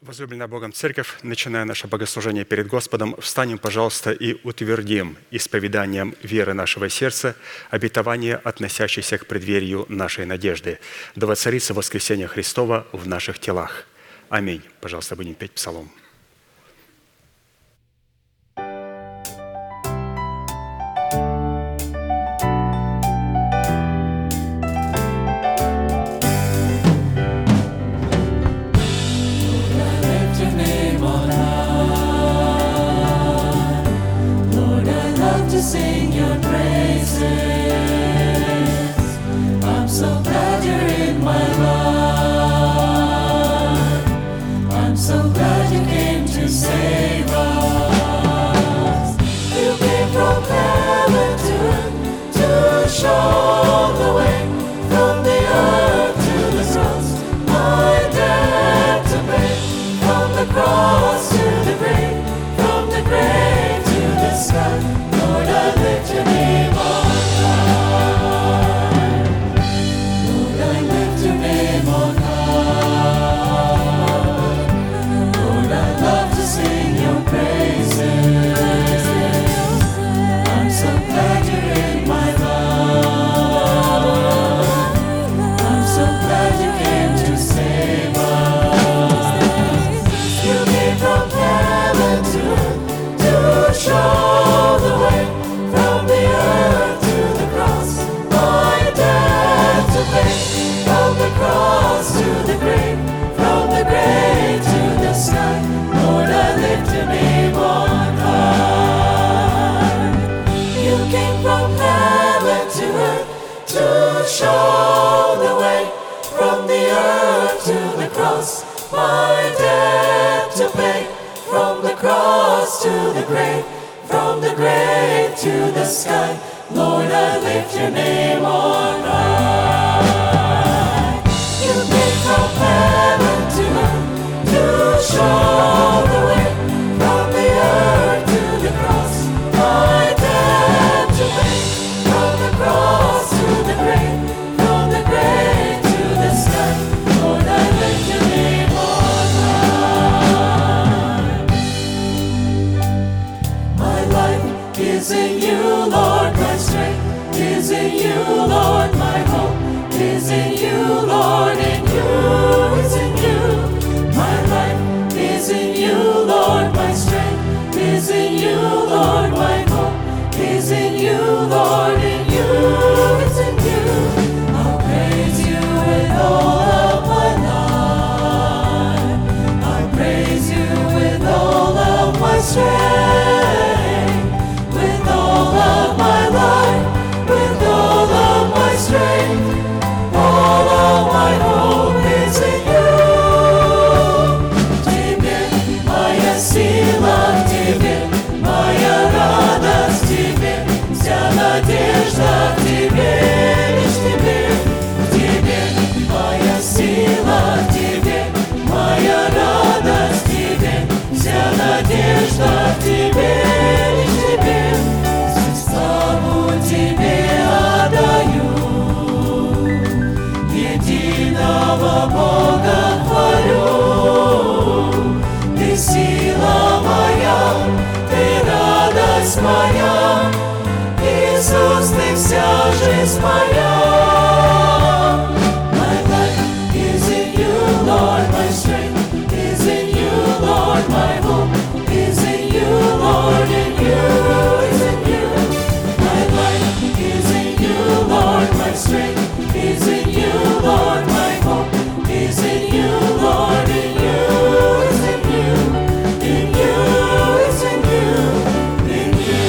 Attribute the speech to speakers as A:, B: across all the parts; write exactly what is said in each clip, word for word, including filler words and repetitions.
A: Возлюбленная Богом Церковь, начиная наше богослужение перед Господом, встанем, пожалуйста, и утвердим исповеданием веры нашего сердца обетование, относящееся к преддверию нашей надежды. Да воцарится воскресение Христова в наших телах. Аминь. Пожалуйста, будем петь псалом.
B: Sing your praises. I'm so glad you're in my life. I'm so glad you came to save us. You came from heaven to earth to show the way from the earth to the cross. My debt to pay from the cross to the grave, from the grave to the sky. Lord, I lift your name on high. Lord, I lift your name on high. Lord, I love to sing your praises. I'm so glad you're in my life. I'm so glad you came to save us. You came from heaven to earth to show the way from the earth to the cross. My debt to pay from the cross to the grave, from the grave to the sky. Lord, I lift your name on high. You came from heaven to earth to show the way from the earth to the cross. My debt to pay from the cross to the grave, from the grave to the sky. Lord, I lift your name on high. You came from heaven to earth to show the way from the earth to the cross. My debt to pay from the cross to the grave, from the grave to the sky. Lord, I lift your name on high. My life is in you, Lord, my strength is in you, Lord, my hope is in you, Lord, in you, is in you. My life is in you, Lord, my strength is in you, Lord, my hope is in you, Lord, in you, is in you. I'll praise you with all of my life. I'll praise you with all of my strength, with all of my life, with all of my strength. All of my hope is in you. Тебе моя сила, тебе моя радость, тебе вся надежда, тебе лишь тебе. Тебе моя сила, тебе моя радость, тебе вся надежда, тебе лишь тебе. Славу тебе отдаю, единого Бога хвалю. Ты сила моя, ты радость моя, Иисус, ты вся жизнь моя. My life is in you, Lord, my strength is in you, Lord, my hope is in you, Lord, in you, is in you. My life is in you, Lord, my strength is in you, Lord, my hope is in you, Lord, in you, is in you, in you, is in you, in you.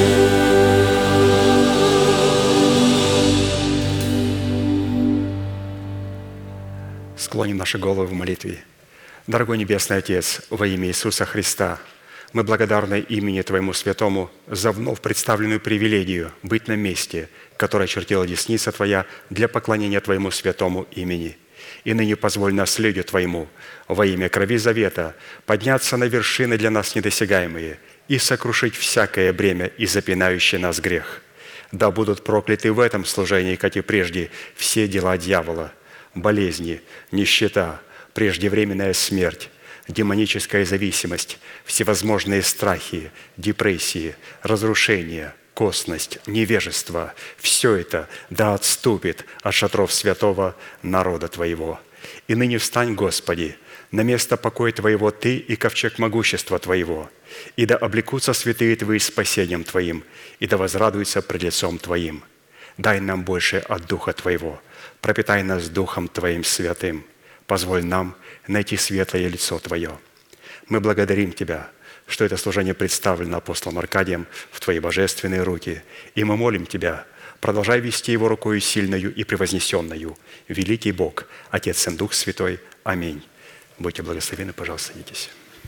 A: Склоним наши головы в молитве. Дорогой Небесный Отец, во имя Иисуса Христа, мы благодарны имени Твоему Святому за вновь представленную привилегию быть на месте, которое очертила десница Твоя для поклонения Твоему Святому имени. И ныне позволь наследию Твоему во имя крови завета подняться на вершины для нас недосягаемые и сокрушить всякое бремя и запинающий нас грех. Да будут прокляты в этом служении, как и прежде, все дела дьявола, болезни, нищета, преждевременная смерть, демоническая зависимость, всевозможные страхи, депрессии, разрушения, косность, невежество – все это да отступит от шатров святого народа Твоего. И ныне встань, Господи, на место покоя Твоего Ты и ковчег могущества Твоего, и да облекутся святые Твои спасением Твоим, и да возрадуются пред лицом Твоим. Дай нам больше от Духа Твоего, пропитай нас Духом Твоим святым, позволь нам найти светлое лицо Твое. Мы благодарим Тебя, что это служение представлено апостолом Аркадием в Твои божественные руки, и мы молим Тебя, продолжай вести его рукою сильною и превознесенную. Великий Бог, Отец, Сын, Дух Святой. Аминь. Будьте благословенны, пожалуйста, садитесь.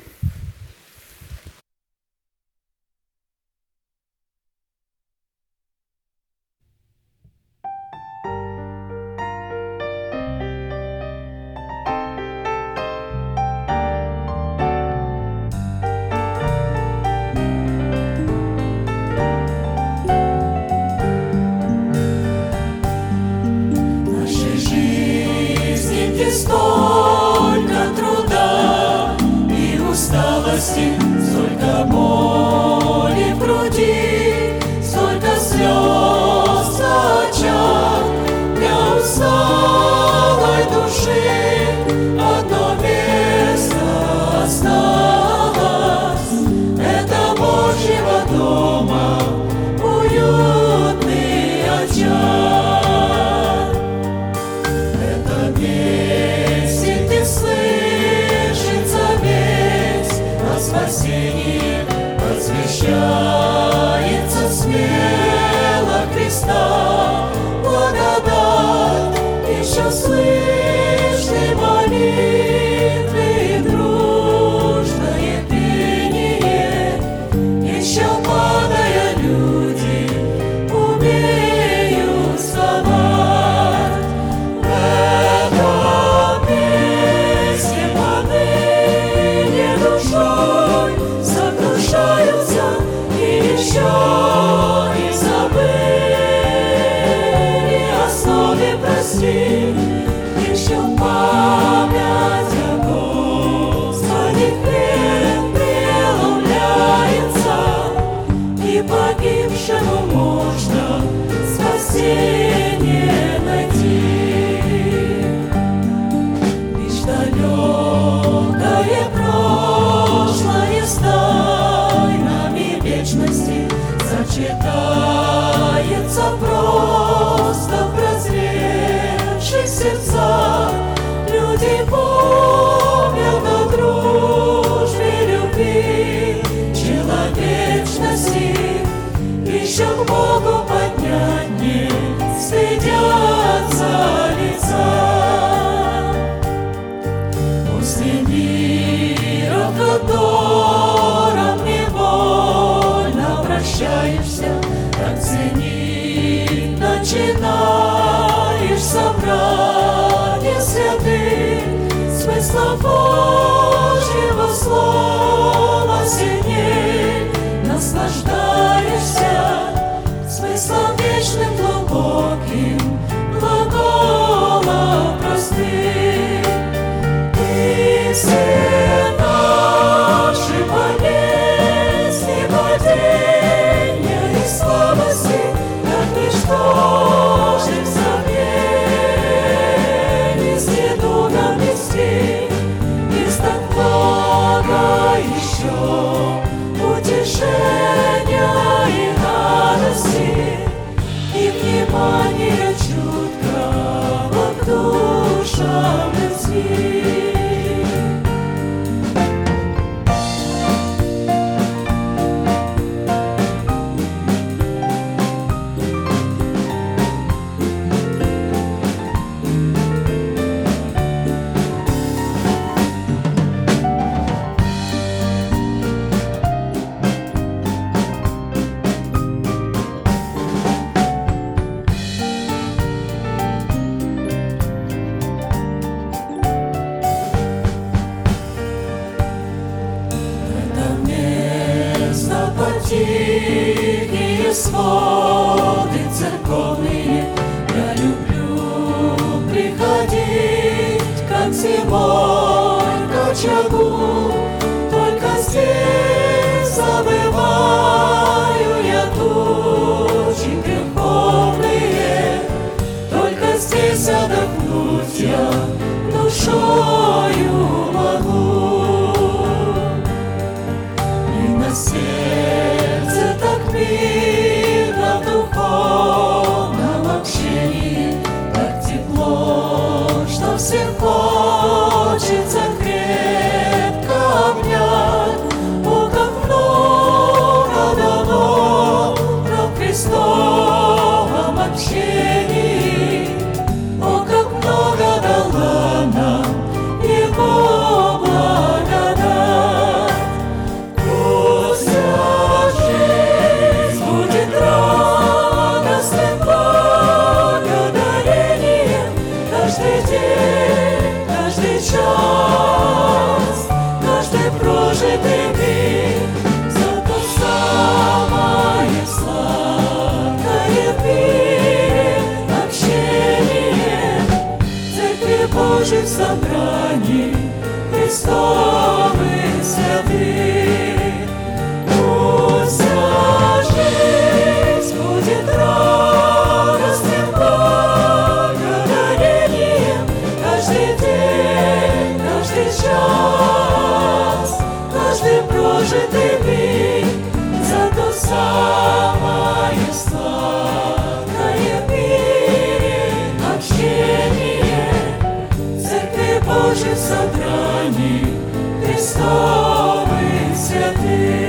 B: Столько труда и усталости, столько боли в груди, столько слез в очах для усталой души. Одно место осталось, это Божьего дома, уютный очаг. Спасение возвещается смело Христа, благодать, еще слышны молитвы и дружное пение, еще падая люди умеют вставать. В этом месте поныне душой сокрушаются и еще не забыли о слове «прости», еще память о Господе хлеб преломляется, и погибшему можно спасение найти. Лишь далекое прошлое с тайнами вечности зачитается просто в прозревших сердцах. Люди помнят о дружбе, любви, человечности, еще к Богу поднять не стыдятся лица. После мира, в котором невольно вращаешься, как ценить начинаешь собрание святых, смысла Божьего слова сильней наслаждаешься, смыслом вечным глубоким, глаголов простых. И все наши болезни, падения и слабости, как ничтожных сомнений, с недугом нести, из так много еще утешения и радости, и внимание чуткого к душам людским. Тихие своды церковные, я люблю приходить, как зимой, как очагу, только здесь забываю я тучи греховные, только здесь отдохнуть я душою могу. И на сердце так мирно в духовном общении, так тепло, что всех хочется крепко обнять. О, как много дано нам в Христовом общении, о, как много дала нам Его благодать. Пусть жизнь будет радостным благодарением каждый день, каждый час, каждый прожитый миг, за то самое сладкое в мире общение Церкви Божьей в собрании Христовых святых. Пусть жизнь будет радостным благодарением каждый день, каждый час, каждый прожитый миг, за то самое сладкое в мире общение Церкви Божьей в собрании Христовых святых.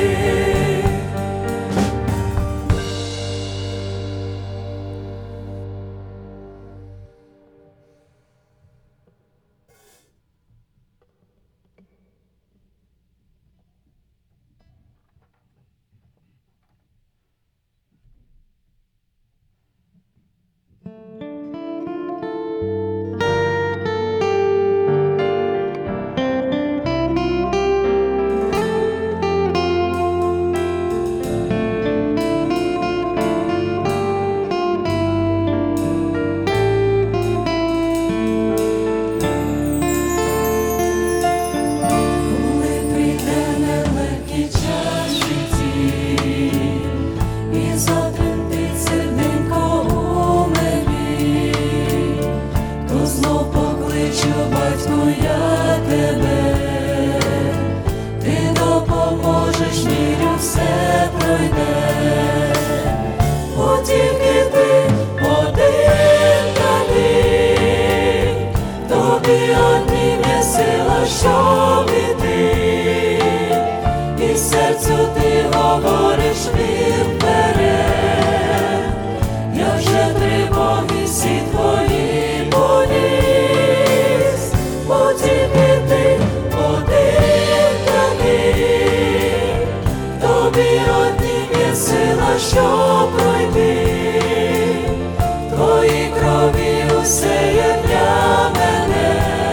B: Коли прийде нелегкий час в житті, і затремтить серденько у мені, то знов покличу, батько, я тебе, ти допоможеш, вірю, все пройде. Бо тільки ти один такий, тобі однім є сила, щоб іти, і серцю ти говориш вперед. Я вже тривоги всі твої поніс, бо тільки ти один такий, тобі однім є сила, щоб пройти, твої крові усе є для мене.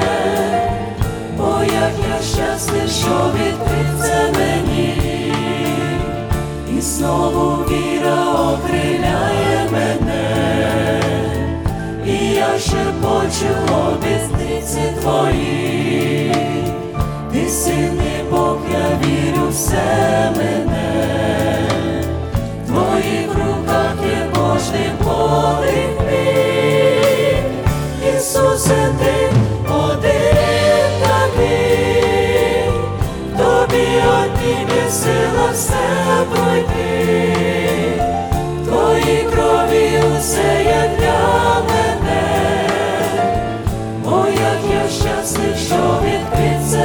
B: О, як я щаслив, що відкриться мені, і знову віра окриляє мене, і я шепочу обітниці твої, ти сильний Бог, я вірю, все мене, в твоїх руках є кожний подих мій. Ісусе, ти один такий, тобі однім є сила все пройти, твої крові усе є для мене. О, як я щаслив, що відкриться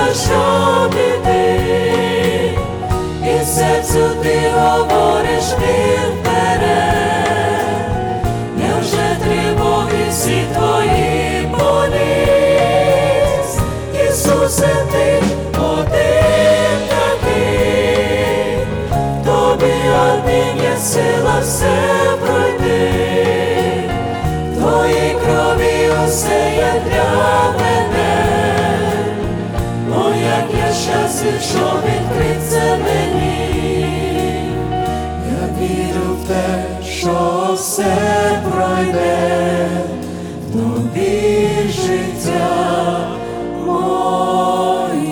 B: що біди, і серцю ти говориш вір вперед. Невже тривоги всі твої поніс? Ісусе, ти один такий, тобі одним є сила все пройти. В твоїй крові усе є для мене. О, як я щаслив, що відкриться мені. Я вірю в те, що все пройде, в тобі життя моє.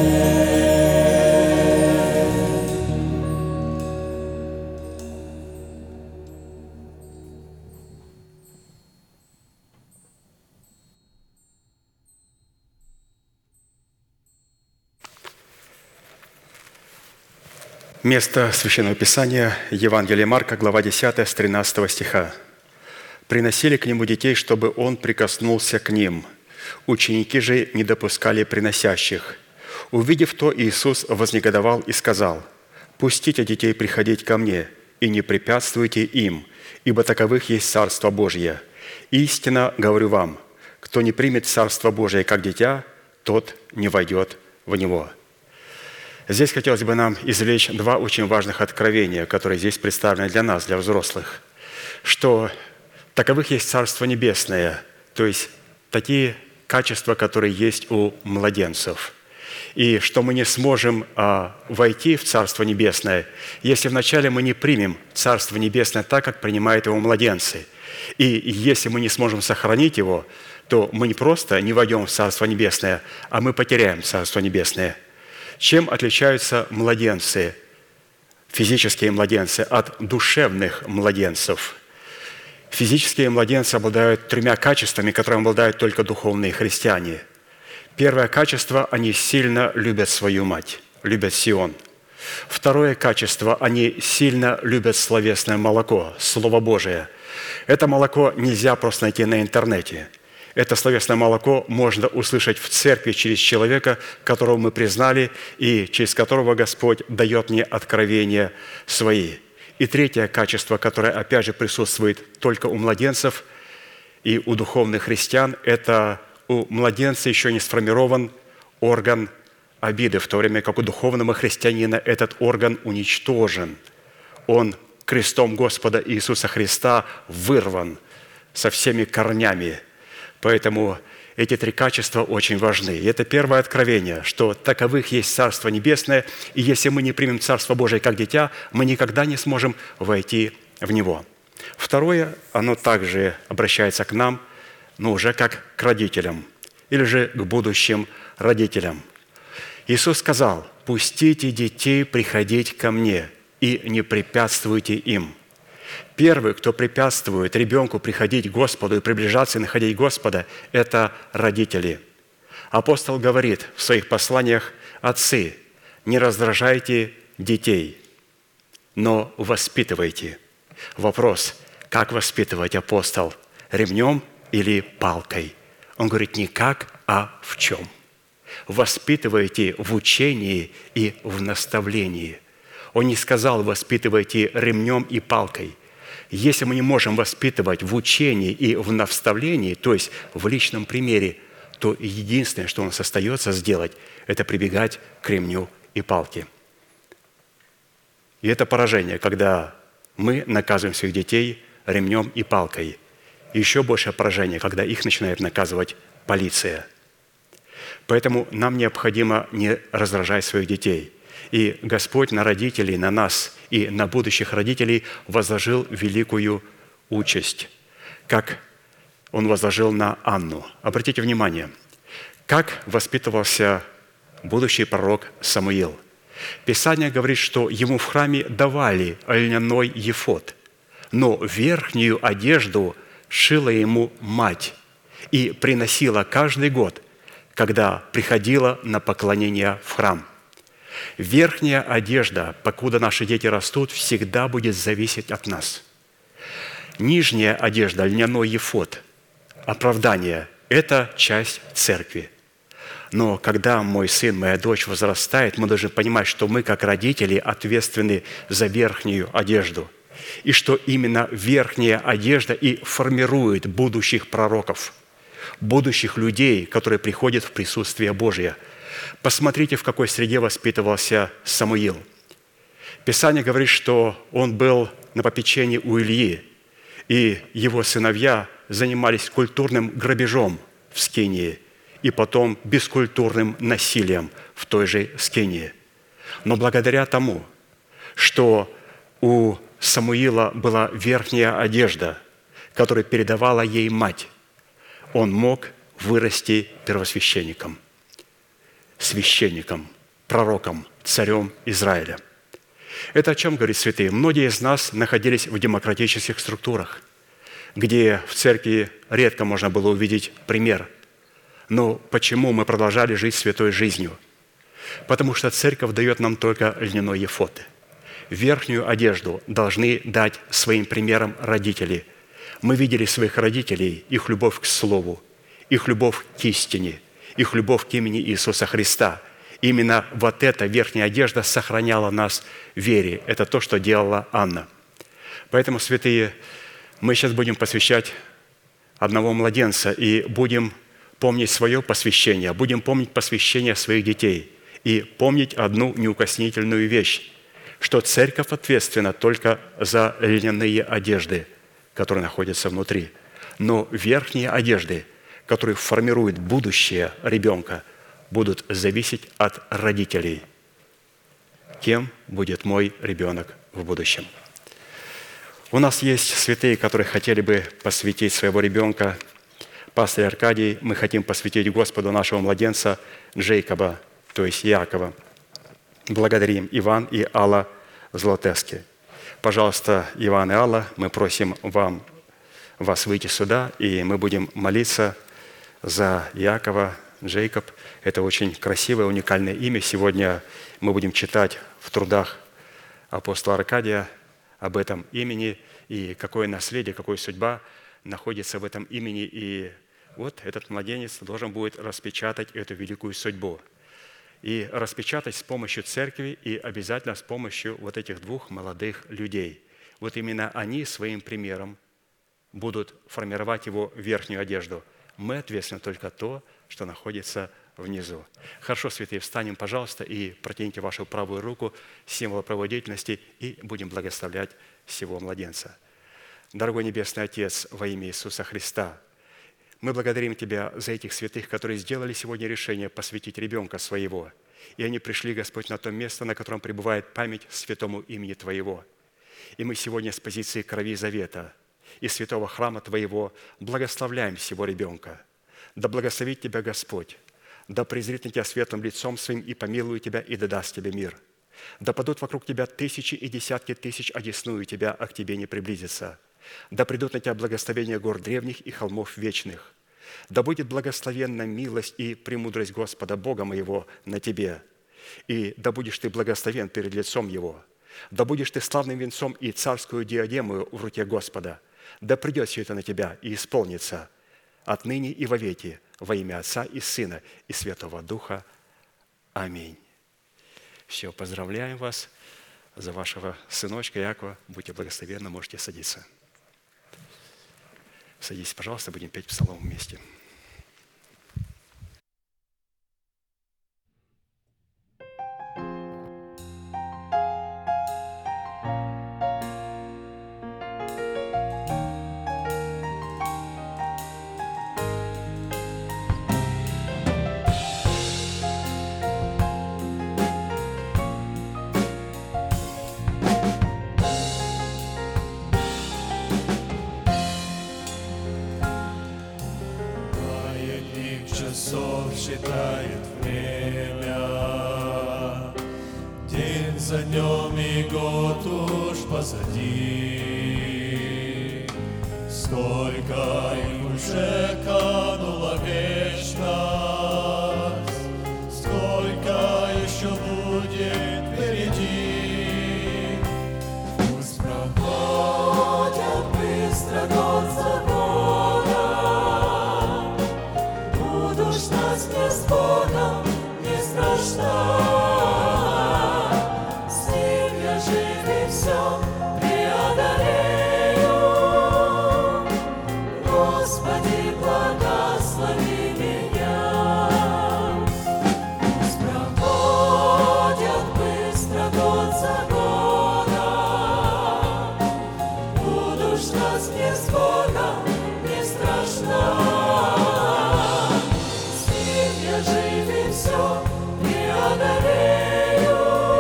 A: Место Священного Писания, Евангелие Марка, глава десятая, с тринадцатого стиха. «Приносили к Нему детей, чтобы Он прикоснулся к ним. Ученики же не допускали приносящих. Увидев то, Иисус вознегодовал и сказал: „Пустите детей приходить ко Мне, и не препятствуйте им, ибо таковых есть Царство Божье. Истинно говорю вам, кто не примет Царство Божие как дитя, тот не войдет в него». Здесь хотелось бы нам извлечь два очень важных откровения, которые здесь представлены для нас, для взрослых, что таковых есть Царство Небесное, то есть такие качества, которые есть у младенцев, и что мы не сможем а, войти в Царство Небесное, если вначале мы не примем Царство Небесное так, как принимают его младенцы. И если мы не сможем сохранить его, то мы не просто не войдем в Царство Небесное, а мы потеряем Царство Небесное. Чем отличаются младенцы, физические младенцы, от душевных младенцев? Физические младенцы обладают тремя качествами, которыми обладают только духовные христиане. Первое качество – они сильно любят свою мать, любят Сион. Второе качество – они сильно любят словесное молоко, Слово Божие. Это молоко нельзя просто найти на интернете. Это словесное молоко можно услышать в церкви через человека, которого мы признали и через которого Господь дает мне откровения свои. И третье качество, которое опять же присутствует только у младенцев и у духовных христиан, это у младенца еще не сформирован орган обиды, в то время как у духовного христианина этот орган уничтожен. Он крестом Господа Иисуса Христа вырван со всеми корнями. Поэтому эти три качества очень важны. И это первое откровение, что таковых есть Царство Небесное, и если мы не примем Царство Божие как дитя, мы никогда не сможем войти в него. Второе, оно также обращается к нам, но уже как к родителям, или же к будущим родителям. Иисус сказал: «Пустите детей приходить ко Мне, и не препятствуйте им». Первый, кто препятствует ребенку приходить к Господу и приближаться и находить Господа, это родители. Апостол говорит в своих посланиях: «Отцы, не раздражайте детей, но воспитывайте». Вопрос: как воспитывать, апостол? Ремнем или палкой? Он говорит: не как, а в чем? Воспитывайте в учении и в наставлении. Он не сказал: воспитывайте ремнем и палкой. Если мы не можем воспитывать в учении и в наставлении, то есть в личном примере, то единственное, что у нас остается сделать, это прибегать к ремню и палке. И это поражение, когда мы наказываем своих детей ремнем и палкой. И еще большее поражение, когда их начинает наказывать полиция. Поэтому нам необходимо не раздражать своих детей. И Господь на родителей, на нас и на будущих родителей возложил великую участь, как Он возложил на Анну. Обратите внимание, как воспитывался будущий пророк Самуил. Писание говорит, что ему в храме давали льняной ефод, но верхнюю одежду шила ему мать и приносила каждый год, когда приходила на поклонение в храм. Верхняя одежда, покуда наши дети растут, всегда будет зависеть от нас. Нижняя одежда, льняной ефод, оправдание – это часть церкви. Но когда мой сын, моя дочь возрастает, мы должны понимать, что мы, как родители, ответственны за верхнюю одежду. И что именно верхняя одежда и формирует будущих пророков, будущих людей, которые приходят в присутствие Божие. Посмотрите, в какой среде воспитывался Самуил. Писание говорит, что он был на попечении у Ильи, и его сыновья занимались культурным грабежом в Скинии и потом бескультурным насилием в той же Скинии. Но благодаря тому, что у Самуила была верхняя одежда, которую передавала ей мать, он мог вырасти первосвященником, священником, пророком, царем Израиля. Это о чем говорит святые? Многие из нас находились в демократических структурах, где в церкви редко можно было увидеть пример. Но почему мы продолжали жить святой жизнью? Потому что церковь дает нам только льняной ефод. Верхнюю одежду должны дать своим примером родители. Мы видели своих родителей, их любовь к слову, их любовь к истине, их любовь к имени Иисуса Христа. Именно вот эта верхняя одежда сохраняла нас в вере. Это то, что делала Анна. Поэтому, святые, мы сейчас будем посвящать одного младенца и будем помнить свое посвящение, будем помнить посвящение своих детей и помнить одну неукоснительную вещь, что церковь ответственна только за льняные одежды, которые находятся внутри. Но верхние одежды, которые формируют будущее ребенка, будут зависеть от родителей. Кем будет мой ребенок в будущем? У нас есть святые, которые хотели бы посвятить своего ребенка. Пастырь Аркадий, мы хотим посвятить Господу нашего младенца Джейкоба, то есть Иакова. Благодарим Иван и Алла Златевски. Пожалуйста, Иван и Алла, мы просим вам, вас выйти сюда, и мы будем молиться за Иакова, Джейкоб. Это очень красивое, уникальное имя. Сегодня мы будем читать в трудах апостола Аркадия об этом имени и какое наследие, какая судьба находится в этом имени. И вот этот младенец должен будет распечатать эту великую судьбу. И распечатать с помощью церкви и обязательно с помощью вот этих двух молодых людей. Вот именно они своим примером будут формировать его верхнюю одежду. Мы ответственны только то, что находится внизу. Хорошо, святые, встанем, пожалуйста, и протяните вашу правую руку, символ правой деятельности, и будем благословлять всего младенца. Дорогой Небесный Отец, во имя Иисуса Христа, мы благодарим Тебя за этих святых, которые сделали сегодня решение посвятить ребенка своего. И они пришли, Господь, на то место, на котором пребывает память святому имени Твоего. И мы сегодня с позиции крови завета и святого храма Твоего благословляем всего ребенка. Да благословит Тебя Господь, да презрит на Тебя светлым лицом Своим и помилует Тебя, и да даст Тебе мир. Да падут вокруг Тебя тысячи и десятки тысяч, одесную Тебя, а к Тебе не приблизится. Да придут на Тебя благословения гор древних и холмов вечных. Да будет благословенна милость и премудрость Господа Бога моего на Тебе. И да будешь Ты благословен перед лицом Его. Да будешь Ты славным венцом и царскую диадему в руке Господа. Да придет все это на Тебя и исполнится отныне и вовеки во имя Отца и Сына и Святого Духа. Аминь. Все, поздравляем вас за вашего сыночка Иакова. Будьте благословенны, можете садиться. Садитесь, пожалуйста, будем петь псалом вместе.
B: Считает время, день за днем и год уж позади. Сколько им уже канула вечность, сколько еще будет впереди. Пусть проходят быстро год за годом, будешь нас не спорить. с Богом не страшна. С Ним я жив и все преодолею.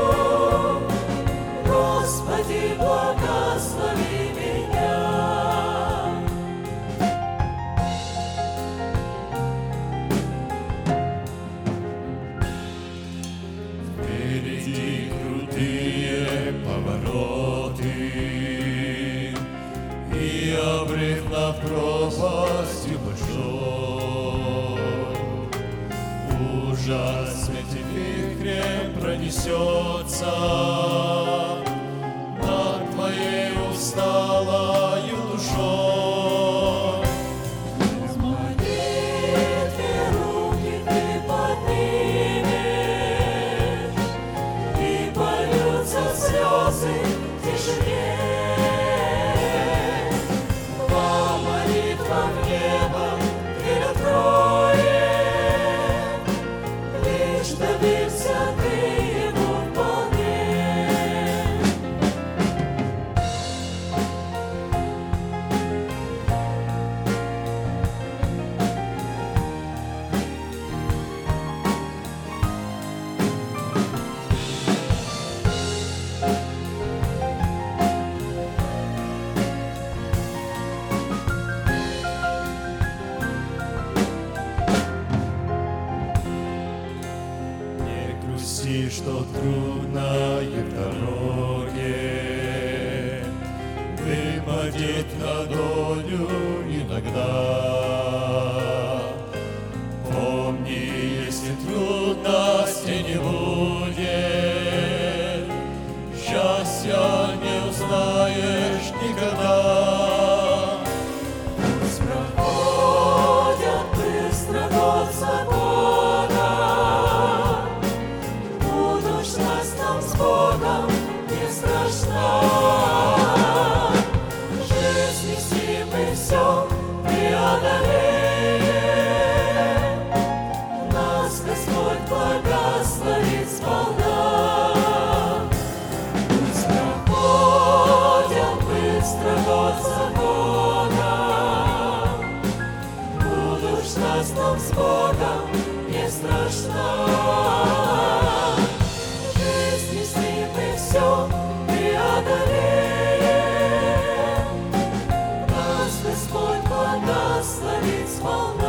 B: Господи, благослови меня.
C: Впереди крутые повороты, и обрыв над пропастью большой. Ужас смерти вихрем пронесется над твоей усталою душой.
B: В молитве руки ты поднимешь, и польются слезы тишине. Во молитвах небо дверь откроет, лишь доверься ты ему вполне.
C: Не грусти, что трудное в дороге, выпадет на долю иногда. Помни, если трудностей не будет, счастья не узнаешь никогда.
B: Пусть проходят быстро год за годом, будущность нам с Богом не страшна. Жизнь неси мы все преодолеем, нас Господь благословит сполна. Пусть проходят быстро год за годом, будущность нам с Богом не страшна. Жизнь неси мы все преодолеем, нас Господь благословит сполна.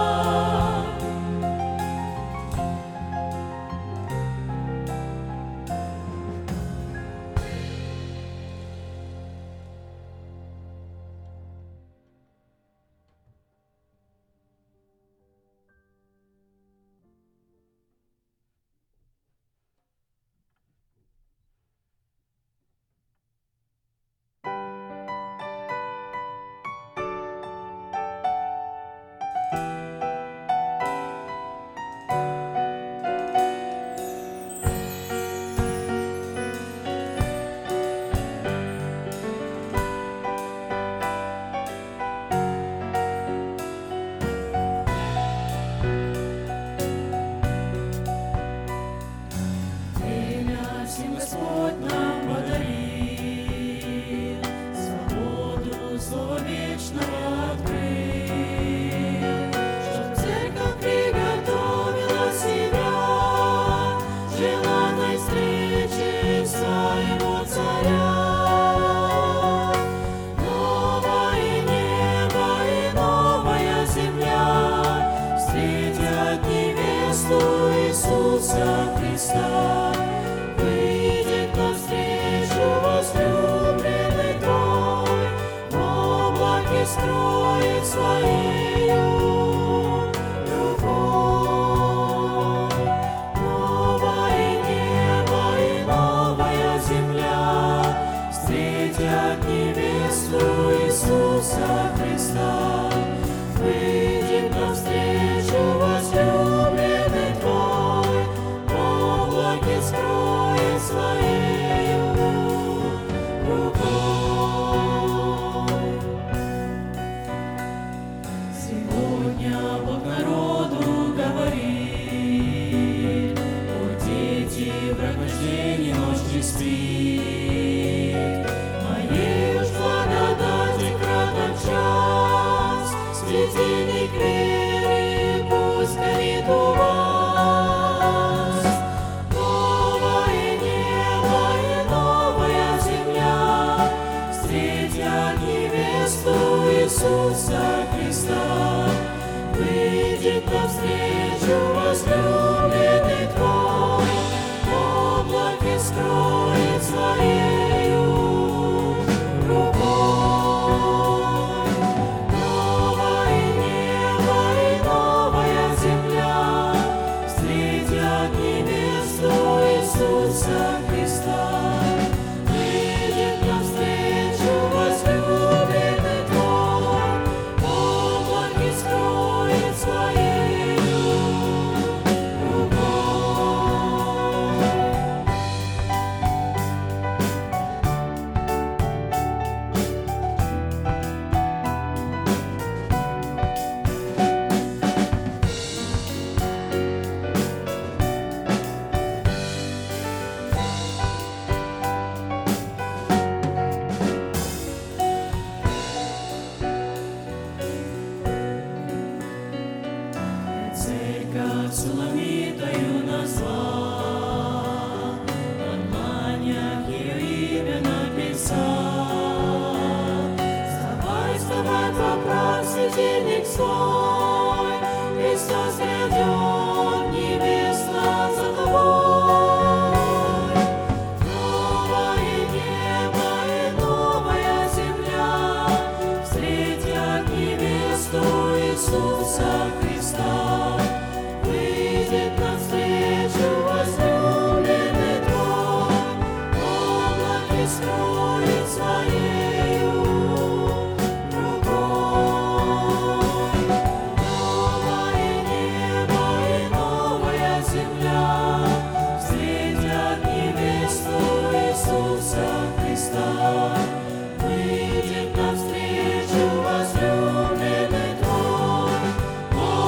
B: Время всем Господь нам подарил, свободу слова вечного открыл, чтоб церковь приготовила себя желанной встрече своего царя. Новое небо и новая земля встретят невесту Иисуса Христа. Выйдет навстречу возлюбленный твой, в облаке скроет своею любовь. Новое небо и новая земля встретят невесту Иисуса Христа. Выйдет навстречу возлюбленный твой, в облаке скроет своею рукой. Сегодня Бог народу говорит: о дети, враг наш день и ночь не спит, моей уж благодати краток час. светильник веры пусть горит у вас. Новое небо и новая земля встретят невесту Иисуса Христа. Выйдет навстречу возлюбленный твой, в облаке скроет своею рукой. Новое небо и новая земля встретят невесту Иисуса Христа. Выйдет навстречу возлюбленный твой, в облаке скроет своею рукой. Церковь Суламитою назвал, на дланях ее имя написал. Вставай, вставай, поправь светильник свой, Христос грядет, невеста за тобой. Новое небо и новая земля встретят невесту Иисуса Христа. Выйдет навстречу возлюбленный твой, в облаке скроет своею рукой. Новое небо и новая земля встретят невесту Иисуса Христа. Выйдет навстречу возлюбленный твой, в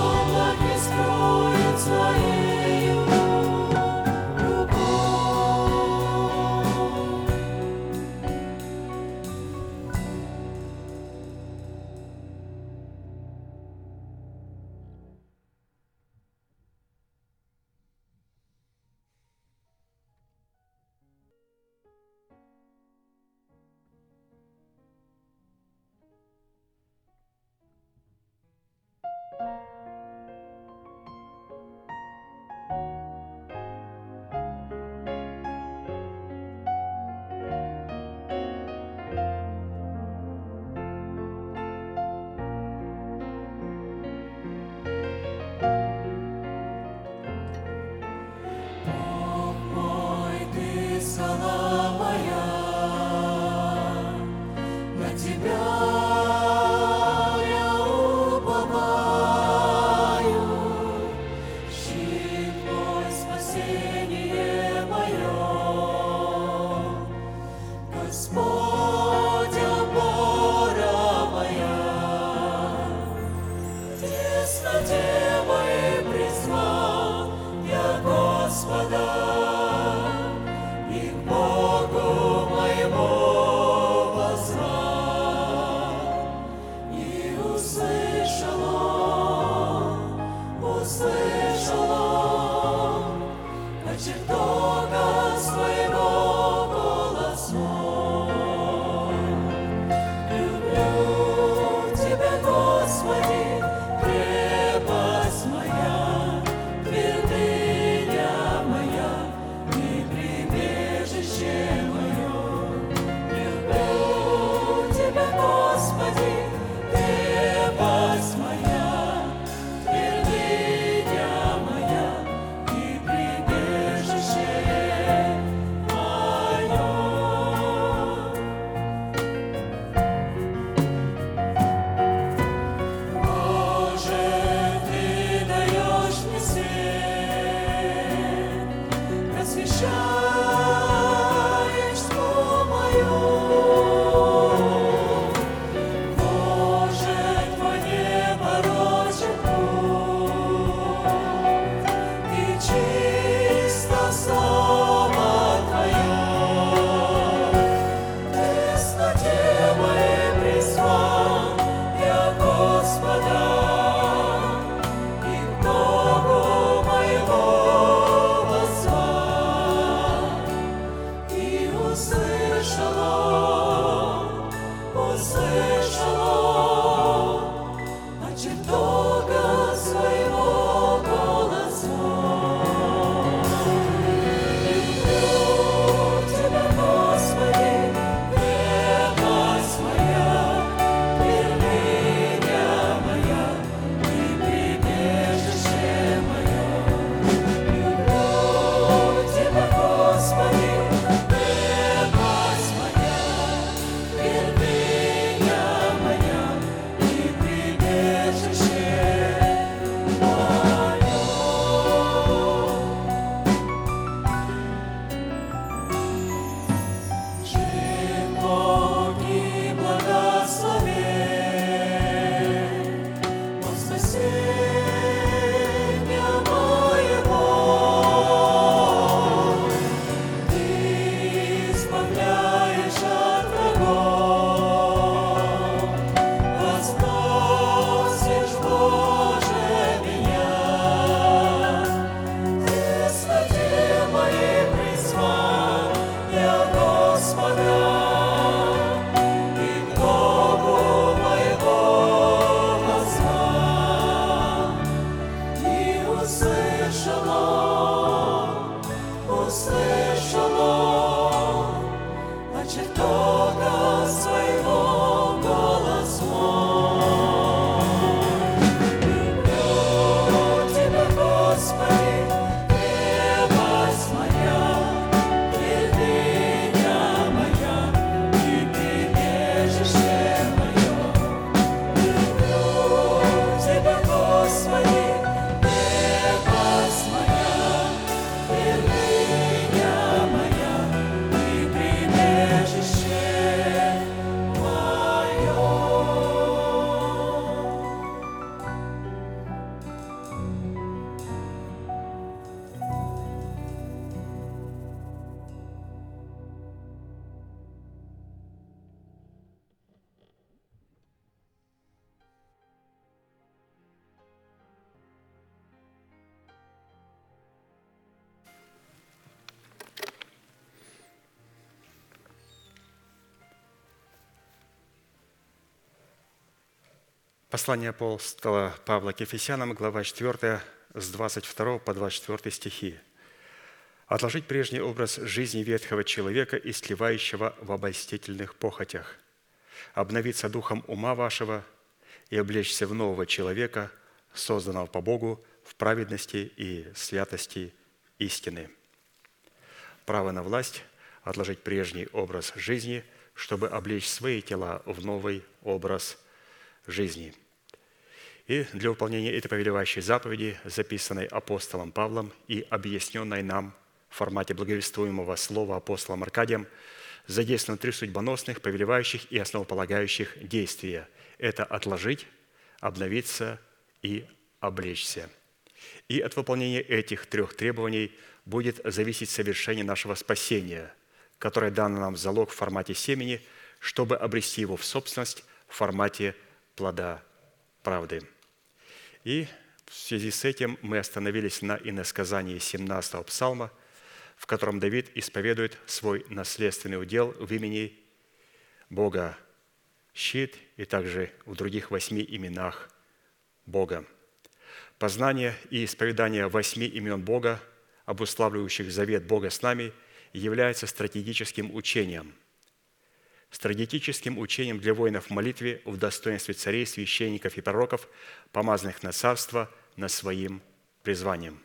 A: Послание апостола Павла к Ефесянам, глава четвёртая, с двадцать второго по двадцать четвёртый стихи. «Отложить прежний образ жизни ветхого человека, истлевающего в обольстительных похотях, обновиться духом ума вашего и облечься в нового человека, созданного по Богу в праведности и святости истины». Право на власть – отложить прежний образ жизни, чтобы облечь свои тела в новый образ жизни. И для выполнения этой повелевающей заповеди, записанной апостолом Павлом и объясненной нам в формате благовествуемого слова апостолом Аркадием, задействованы три судьбоносных, повелевающих и основополагающих действия. Это отложить, обновиться и облечься. И от выполнения этих трех требований будет зависеть совершение нашего спасения, которое дано нам в залог в формате семени, чтобы обрести его в собственность в формате плода правды. И в связи с этим мы остановились на иносказании семнадцатого псалма, в котором Давид исповедует свой наследственный удел в имени Бога щит и также в других восьми именах Бога. Познание и исповедание восьми имен Бога, обуславливающих завет Бога с нами, является стратегическим учением. Стратегическим учением для воинов в молитве в достоинстве царей, священников и пророков, помазанных на царство, над своим призванием.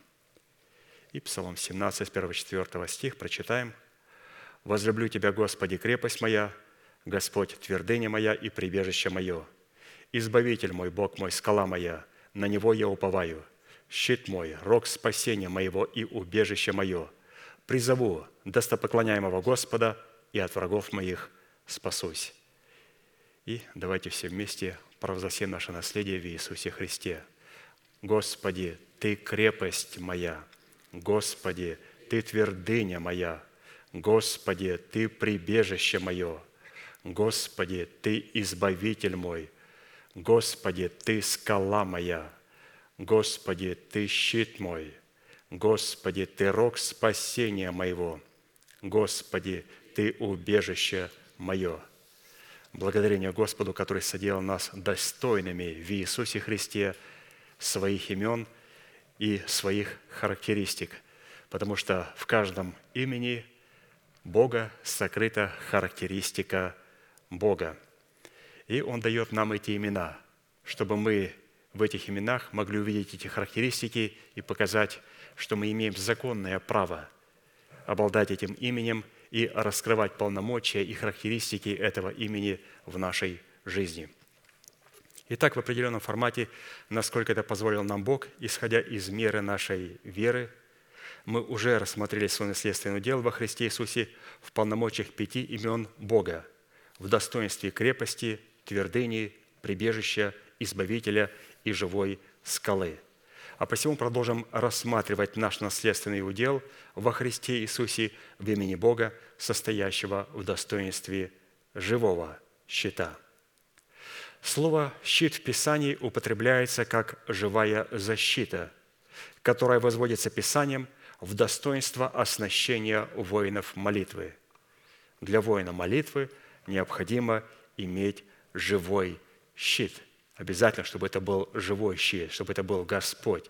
A: И Псалом семнадцать, с первого по четвёртый стих прочитаем. «Возлюблю Тебя, Господи, крепость моя, Господь, твердыня моя и прибежище мое. Избавитель мой, Бог мой, скала моя, на Него я уповаю. Щит мой, рог спасения моего и убежище мое. Призову достопоклоняемого Господа, и от врагов моих спасусь». И давайте все вместе провозгласим наше наследие в Иисусе Христе. «Господи, Ты крепость моя, Господи, Ты твердыня моя, Господи, Ты прибежище мое, Господи, Ты избавитель мой, Господи, Ты скала моя, Господи, Ты щит мой, Господи, Ты рог спасения моего, Господи, Ты убежище мое». Благодарение Господу, который соделал нас достойными в Иисусе Христе своих имен и своих характеристик, потому что в каждом имени Бога сокрыта характеристика Бога. И Он дает нам эти имена, чтобы мы в этих именах могли увидеть эти характеристики и показать, что мы имеем законное право обладать этим именем и раскрывать полномочия и характеристики этого имени в нашей жизни. Итак, в определенном формате, насколько это позволил нам Бог, исходя из меры нашей веры, мы уже рассмотрели свой наследственный удел во Христе Иисусе в полномочиях пяти имен Бога, в достоинстве крепости, твердыни, прибежища, избавителя и живой скалы. А посему продолжим рассматривать наш наследственный удел во Христе Иисусе в имени Бога, состоящего в достоинстве живого щита. Слово «щит» в Писании употребляется как живая защита, которая возводится Писанием в достоинство оснащения воинов молитвы. Для воина молитвы необходимо иметь живой щит. Обязательно, чтобы это был живой щит, чтобы это был Господь.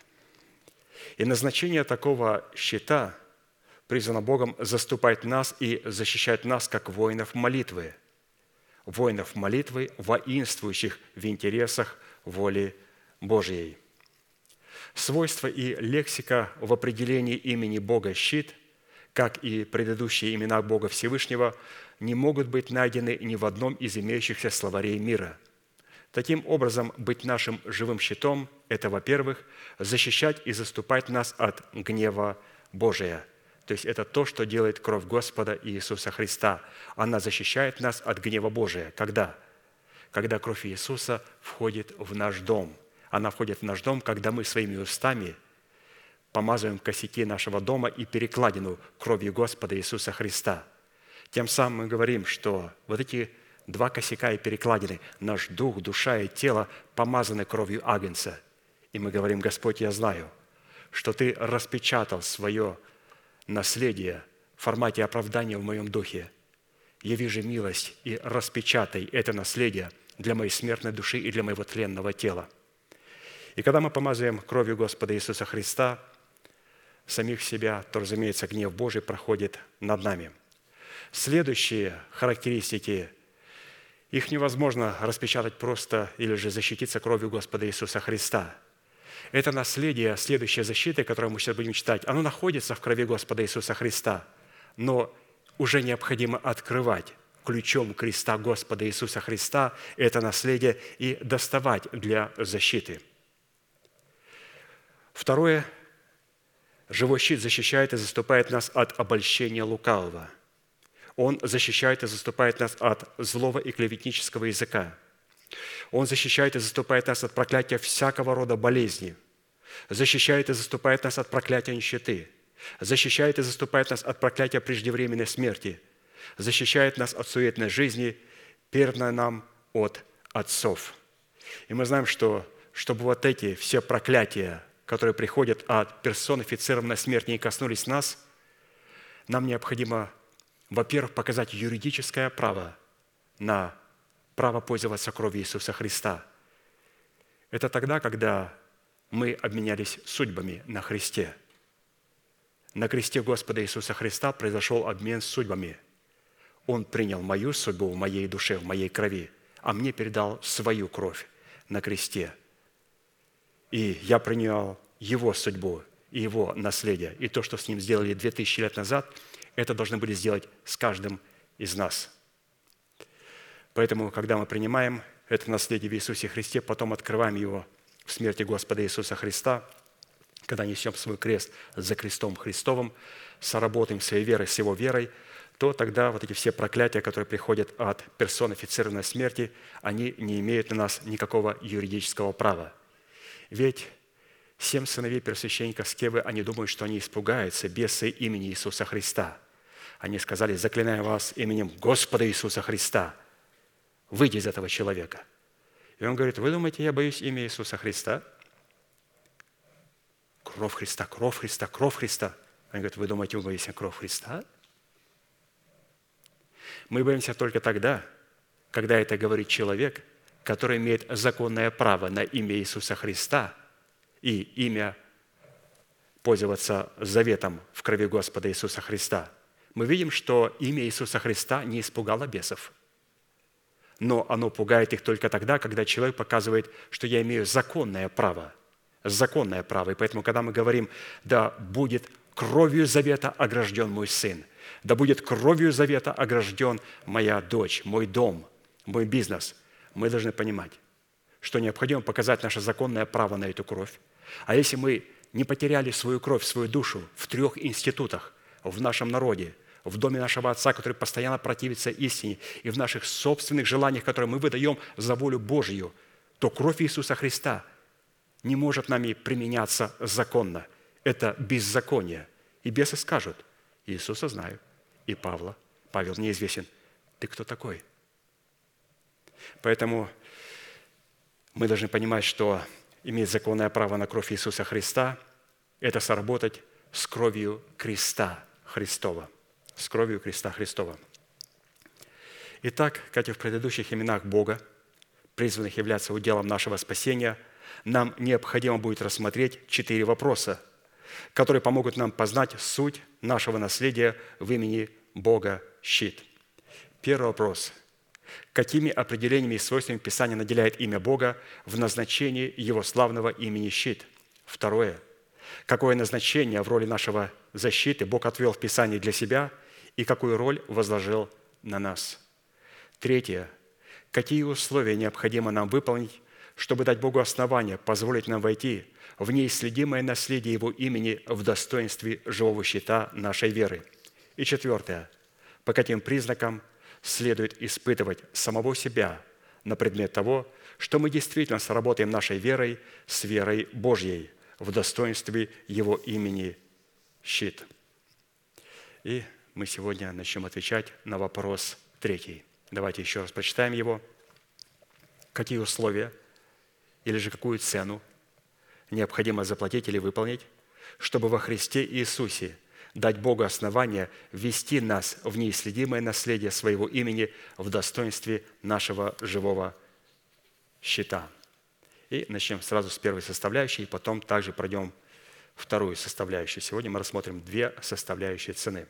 A: И назначение такого щита призвано Богом заступать нас и защищать нас, как воинов молитвы. Воинов молитвы, воинствующих в интересах воли Божьей. Свойства и лексика в определении имени Бога «щит», как и предыдущие имена Бога Всевышнего, не могут быть найдены ни в одном из имеющихся словарей мира. Таким образом, быть нашим живым щитом – это, во-первых, защищать и заступать нас от гнева Божия. То есть это то, что делает кровь Господа Иисуса Христа. Она защищает нас от гнева Божия. Когда? Когда кровь Иисуса входит в наш дом. Она входит в наш дом, когда мы своими устами помазываем косяки нашего дома и перекладину кровью Господа Иисуса Христа. Тем самым мы говорим, что вот эти два косяка и перекладины, наш дух, душа и тело помазаны кровью Агнца. И мы говорим: Господь, я знаю, что Ты распечатал свое наследие в формате оправдания в моем духе. Яви же милость и распечатай это наследие для моей смертной души и для моего тленного тела. И когда мы помазываем кровью Господа Иисуса Христа самих себя, то, разумеется, гнев Божий проходит над нами. Следующие характеристики, их невозможно распечатать просто или же защититься кровью Господа Иисуса Христа. Это наследие, следующая защита, которую мы сейчас будем читать, оно находится в крови Господа Иисуса Христа, но уже необходимо открывать ключом креста Господа Иисуса Христа это наследие и доставать для защиты. Второе. Живой щит защищает и заступает нас от обольщения лукавого. Он защищает и заступает нас от злого и клеветнического языка. Он защищает и заступает нас от проклятия всякого рода болезни. Защищает и заступает нас от проклятия нищеты. Защищает и заступает нас от проклятия преждевременной смерти. Защищает нас от суетной жизни, перданной нам от отцов. И мы знаем, что чтобы вот эти все проклятия, которые приходят от персонифицированной смерти, не коснулись нас, нам необходимо, во-первых, показать юридическое право на право пользоваться кровью Иисуса Христа. Это тогда, когда мы обменялись судьбами на Христе. На кресте Господа Иисуса Христа произошел обмен судьбами. Он принял мою судьбу в моей душе, в моей крови, а мне передал свою кровь на кресте. И я принял Его судьбу и Его наследие. И то, что с Ним сделали две тысячи лет назад, это должны были сделать с каждым из нас. Поэтому, когда мы принимаем это наследие в Иисусе Христе, потом открываем его в смерти Господа Иисуса Христа, когда несем свой крест за крестом Христовым, соработаем своей верой с Его верой, то тогда вот эти все проклятия, которые приходят от персонифицированной смерти, они не имеют на нас никакого юридического права. Ведь семь сыновей первосвященника Скевы, они думают, что они испугаются бесы имени Иисуса Христа. Они сказали: «Заклинаю вас именем Господа Иисуса Христа, выйди из этого человека». И он говорит: «Вы думаете, я боюсь имя Иисуса Христа? Кровь Христа, кровь Христа, кровь Христа». Они говорят: «Вы думаете, вы боитесь кровь Христа?» Мы боимся только тогда, когда это говорит человек, который имеет законное право на имя Иисуса Христа и имя пользоваться заветом в крови Господа Иисуса Христа. Мы видим, что имя Иисуса Христа не испугало бесов. Но оно пугает их только тогда, когда человек показывает, что я имею законное право. Законное право. И поэтому, когда мы говорим: «Да будет кровью завета огражден мой сын», «Да будет кровью завета огражден моя дочь, мой дом, мой бизнес», мы должны понимать, что необходимо показать наше законное право на эту кровь. А если мы не потеряли свою кровь, свою душу в трех институтах, в нашем народе, в доме нашего Отца, который постоянно противится истине, и в наших собственных желаниях, которые мы выдаем за волю Божью, то кровь Иисуса Христа не может нами применяться законно. Это беззаконие. И бесы скажут: «Иисуса знаю, и Павла. Павел неизвестен. Ты кто такой?» Поэтому мы должны понимать, что иметь законное право на кровь Иисуса Христа – это соработать с кровью креста Христова. С кровью креста Христова. Итак, как и в предыдущих именах Бога, призванных являться уделом нашего спасения, нам необходимо будет рассмотреть четыре вопроса, которые помогут нам познать суть нашего наследия в имени Бога Щит. Первый вопрос. Какими определениями и свойствами Писание наделяет имя Бога в назначении Его славного имени Щит? Второе. Какое назначение в роли нашего защиты Бог отвел в Писании для себя и какую роль возложил на нас? Третье. Какие условия необходимо нам выполнить, чтобы дать Богу основание позволить нам войти в неисследимое наследие Его имени в достоинстве живого щита нашей веры? И четвертое. По каким признакам следует испытывать самого себя на предмет того, что мы действительно сработаем нашей верой с верой Божьей в достоинстве Его имени щит. И мы сегодня начнем отвечать на вопрос третий. Давайте еще раз прочитаем его. Какие условия или же какую цену необходимо заплатить или выполнить, чтобы во Христе Иисусе дать Богу основание ввести нас в неисследимое наследие Своего имени в достоинстве нашего живого счета. И начнем сразу с первой составляющей, и потом также пройдем вторую составляющую. Сегодня мы рассмотрим две составляющие цены.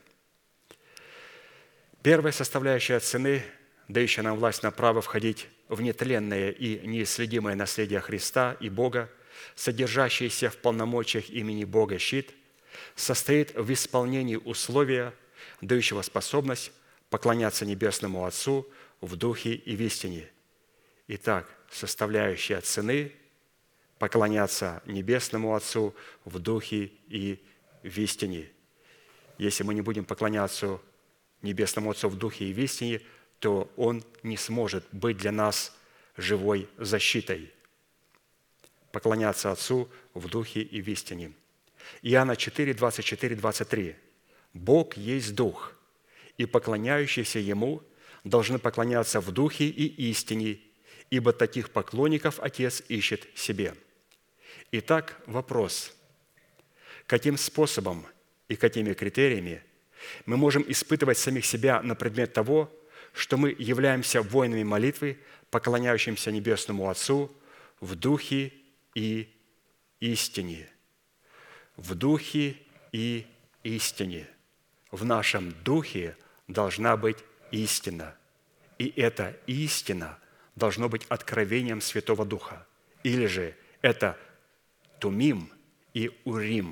A: Первая составляющая цены, дающая нам власть на право входить в нетленное и неисследимое наследие Христа и Бога, содержащееся в полномочиях имени Бога щит, состоит в исполнении условия, дающего способность поклоняться Небесному Отцу в духе и в истине. Итак, составляющая цены – поклоняться Небесному Отцу в духе и в истине. Если мы не будем поклоняться Небесному Отцу в духе и в истине, то Он не сможет быть для нас живой защитой. Поклоняться Отцу в духе и в истине. Иоанна четыре, двадцать четыре, двадцать три. «Бог есть Дух, и поклоняющиеся Ему должны поклоняться в духе и истине, ибо таких поклонников Отец ищет себе». Итак, вопрос: каким способом и какими критериями мы можем испытывать самих себя на предмет того, что мы являемся воинами молитвы, поклоняющимся Небесному Отцу в духе и истине? В духе и истине. В нашем духе должна быть истина. И эта истина должно быть откровением Святого Духа. Или же это Тумим и Урим.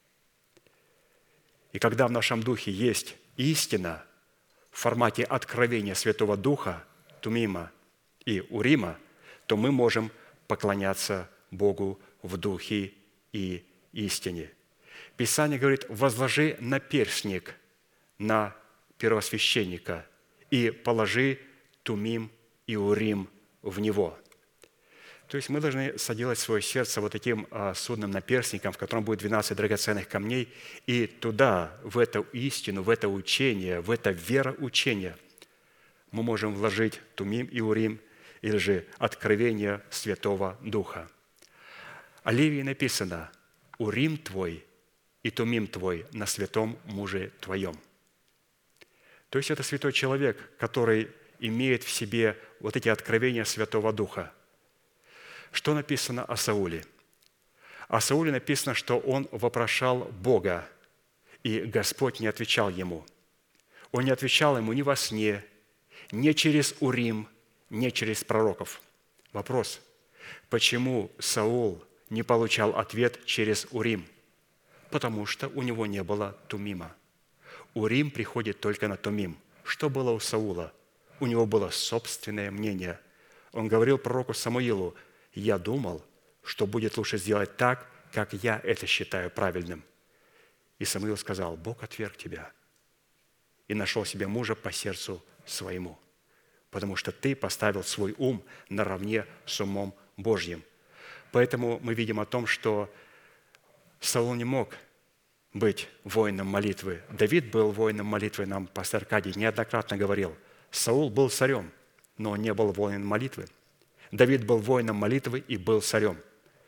A: И когда в нашем духе есть истина в формате откровения Святого Духа, Тумима и Урима, то мы можем поклоняться Богу в духе и истине. Писание говорит: «Возложи наперстник на первосвященника и положи Тумим и Урим в него». То есть мы должны соделать свое сердце вот таким а, судным наперстником, в котором будет двенадцать драгоценных камней, и туда, в эту истину, в это учение, в это вероучение мы можем вложить Тумим и Урим, или же откровение Святого Духа. О Левии написано: «Урим твой и Тумим твой на святом муже твоем». То есть это святой человек, который имеет в себе вот эти откровения Святого Духа. Что написано о Сауле? О Сауле написано, что он вопрошал Бога, и Господь не отвечал ему. Он не отвечал ему ни во сне, ни через Урим, ни через пророков. Вопрос: почему Саул не получал ответ через Урим? Потому что у него не было Тумима. Урим приходит только на Тумим. Что было у Саула? У него было собственное мнение. Он говорил пророку Самуилу: «Я думал, что будет лучше сделать так, как я это считаю правильным». И Самуил сказал: «Бог отверг тебя и нашел себе мужа по сердцу своему, потому что ты поставил свой ум наравне с умом Божьим». Поэтому мы видим о том, что Саул не мог быть воином молитвы. Давид был воином молитвы, нам пастор Аркадий неоднократно говорил. Саул был царем, но он не был воином молитвы. Давид был воином молитвы и был царем.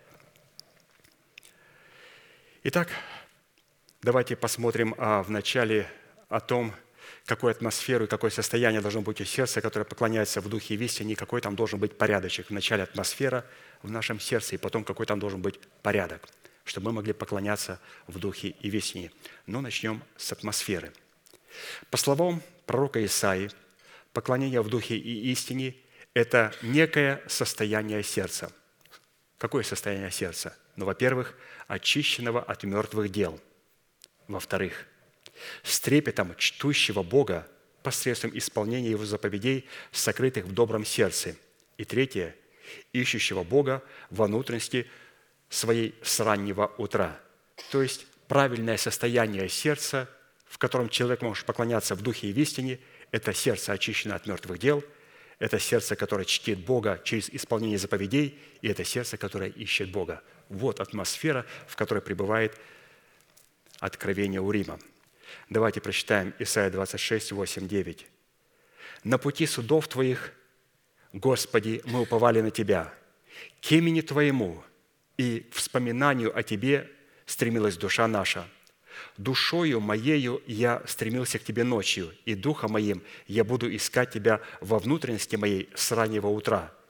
A: Итак, давайте посмотрим а, вначале о том, какую атмосферу и какое состояние должно быть у сердца, которое поклоняется в духе и в истине, какой там должен быть порядочек. Вначале атмосфера в нашем сердце, и потом какой там должен быть порядок, чтобы мы могли поклоняться в духе и в истине. Но начнем с атмосферы. По словам пророка Исаии, поклонение в духе и истине – это некое состояние сердца. Какое состояние сердца? Ну, во-первых, очищенного от мертвых дел. Во-вторых, с трепетом чтущего Бога посредством исполнения Его заповедей, сокрытых в добром сердце. И третье, ищущего Бога во внутренности своей с раннего утра. То есть правильное состояние сердца, в котором человек может поклоняться в духе и в истине, это сердце, очищенное от мертвых дел, это сердце, которое чтит Бога через исполнение заповедей, и это сердце, которое ищет Бога. Вот атмосфера, в которой пребывает откровение Урима. Давайте прочитаем Исайя двадцать шесть, восемь, девять. «На пути судов Твоих, Господи, мы уповали на Тебя. К имени Твоему и к вспоминанию о Тебе стремилась душа наша. Душою моею я стремился к Тебе ночью, и духом моим я буду искать Тебя во внутренности моей с раннего утра.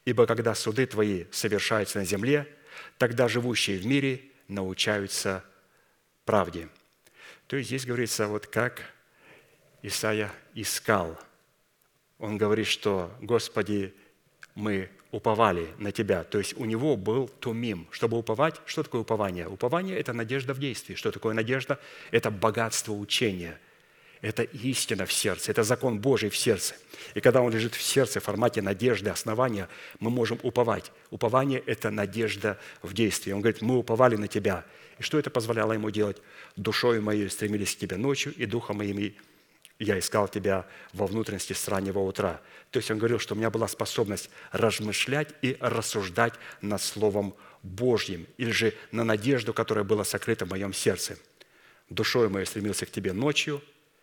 A: Ибо когда суды Твои совершаются на земле, тогда живущие в мире научаются правде». То есть здесь говорится, вот как Исаия искал. Он говорит, что «Господи, мы уповали на Тебя». То есть у него был тумим. Чтобы уповать, что такое упование? Упование – это надежда в действии. Что такое надежда? Это богатство учения. Это истина в сердце, это закон Божий в сердце. И когда он лежит в сердце в формате надежды, основания, мы можем уповать. Упование – это надежда в действии. Он говорит, мы уповали на Тебя. И что это позволяло ему делать? Душою моей стремились к Тебе ночью, и духом моим я искал Тебя во внутренности с раннего утра. То есть он говорил, что у меня была способность размышлять и рассуждать над Словом Божьим, или же на надежду, которая была сокрыта в моем сердце. Душою моей стремился к Тебе ночью,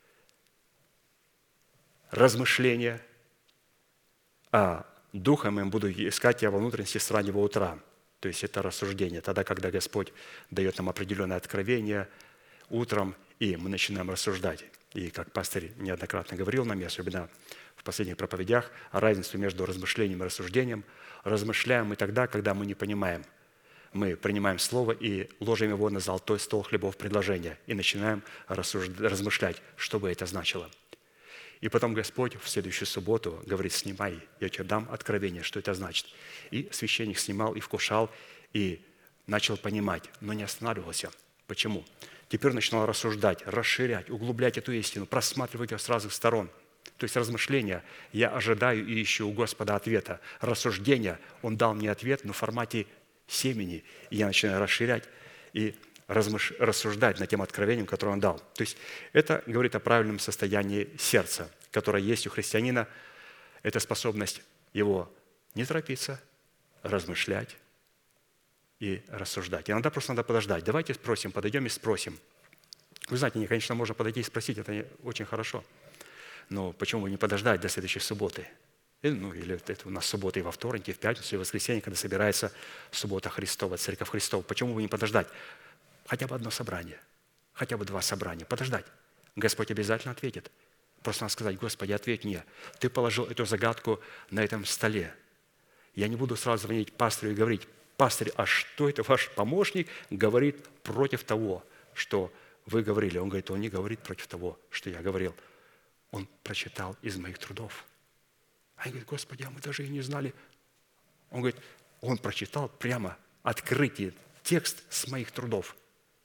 A: размышления, а духом им буду искать я во внутренности с раннего утра. То есть это рассуждение. Тогда, когда Господь дает нам определенное откровение утром, и мы начинаем рассуждать. И как пастырь неоднократно говорил нам, и особенно в последних проповедях, о разнице между размышлением и рассуждением. Размышляем мы тогда, когда мы не понимаем. Мы принимаем слово и ложим его на золотой стол хлебов предложения и начинаем рассуждать, размышлять, что бы это значило. И потом Господь в следующую субботу говорит, снимай, я тебе дам откровение, что это значит. И священник снимал и вкушал, и начал понимать, но не останавливался. Почему? Теперь начинал рассуждать, расширять, углублять эту истину, просматривать ее с разных сторон. То есть размышления, я ожидаю и ищу у Господа ответа. Рассуждения, Он дал мне ответ, но в формате семени. И я начинаю расширять и размыш... рассуждать над тем откровением, которое Он дал. То есть это говорит о правильном состоянии сердца, которое есть у христианина. Это способность его не торопиться, размышлять и рассуждать. Иногда просто надо подождать. Давайте спросим, подойдем и спросим. Вы знаете, конечно, можно подойти и спросить, это очень хорошо. Но почему бы не подождать до следующей субботы? Ну, или это у нас суббота и во вторник, и в пятницу, и в воскресенье, когда собирается суббота Христова, Церковь Христова. Почему бы не подождать? Хотя бы одно собрание, хотя бы два собрания. Подождать. Господь обязательно ответит. Просто надо сказать, Господи, ответь мне. Ты положил эту загадку на этом столе. Я не буду сразу звонить пастору и говорить, пастырь, а что это ваш помощник говорит против того, что вы говорили? Он говорит, он не говорит против того, что я говорил. Он прочитал из моих трудов. Они говорят, Господи, а мы даже и не знали. Он говорит, он прочитал прямо открытие, текст с моих трудов.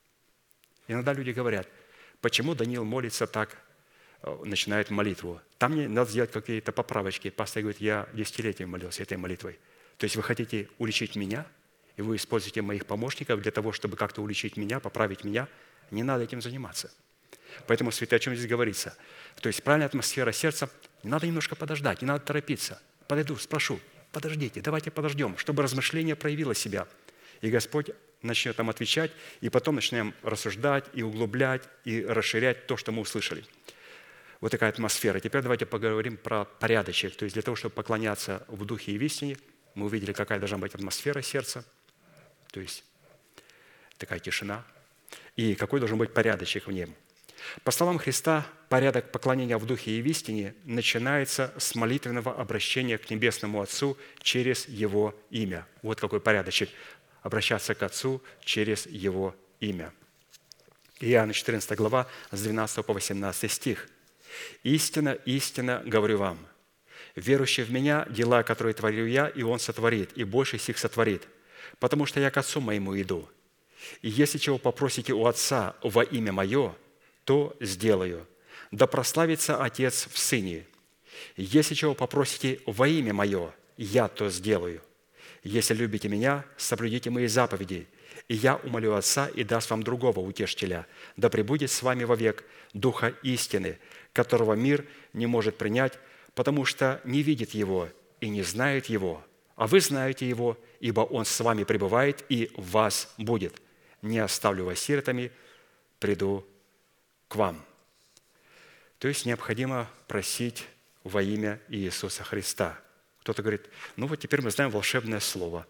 A: Иногда люди говорят, почему Даниил молится так, начинает молитву. Там мне надо сделать какие-то поправочки. Пастор говорит, я десятилетия молился этой молитвой. То есть вы хотите уличить меня, и вы используете моих помощников для того, чтобы как-то уличить меня, поправить меня. Не надо этим заниматься. Поэтому, святые, о чем здесь говорится? То есть правильная атмосфера сердца, не надо немножко подождать, не надо торопиться. Подойду, спрошу, подождите, давайте подождем, чтобы размышление проявило себя. И Господь начнет нам отвечать, и потом начнем рассуждать, и углублять, и расширять то, что мы услышали. Вот такая атмосфера. Теперь давайте поговорим про порядочек. То есть для того, чтобы поклоняться в духе и в истине, мы увидели, какая должна быть атмосфера сердца, то есть такая тишина, и какой должен быть порядочек в нем. По словам Христа, порядок поклонения в духе и в истине начинается с молитвенного обращения к Небесному Отцу через Его имя. Вот какой порядочек. Обращаться к Отцу через Его имя. Иоанна четырнадцатая глава, с двенадцатого по восемнадцатый стих. «Истинно, истинно говорю вам, верующий в Меня, дела, которые творю Я, и Он сотворит, и больше сих сотворит, потому что Я к Отцу Моему иду. И если чего попросите у Отца во имя Мое, то сделаю. Да прославится Отец в Сыне. Если чего попросите во имя Мое, Я то сделаю. Если любите Меня, соблюдите Мои заповеди, и Я умолю Отца и даст вам другого утешителя, да пребудет с вами вовек Духа истины, которого мир не может принять, потому что не видит Его и не знает Его. А вы знаете Его, ибо Он с вами пребывает и в вас будет. Не оставлю вас сиротами, приду к вам». То есть необходимо просить во имя Иисуса Христа. Кто-то говорит, ну вот теперь мы знаем волшебное слово.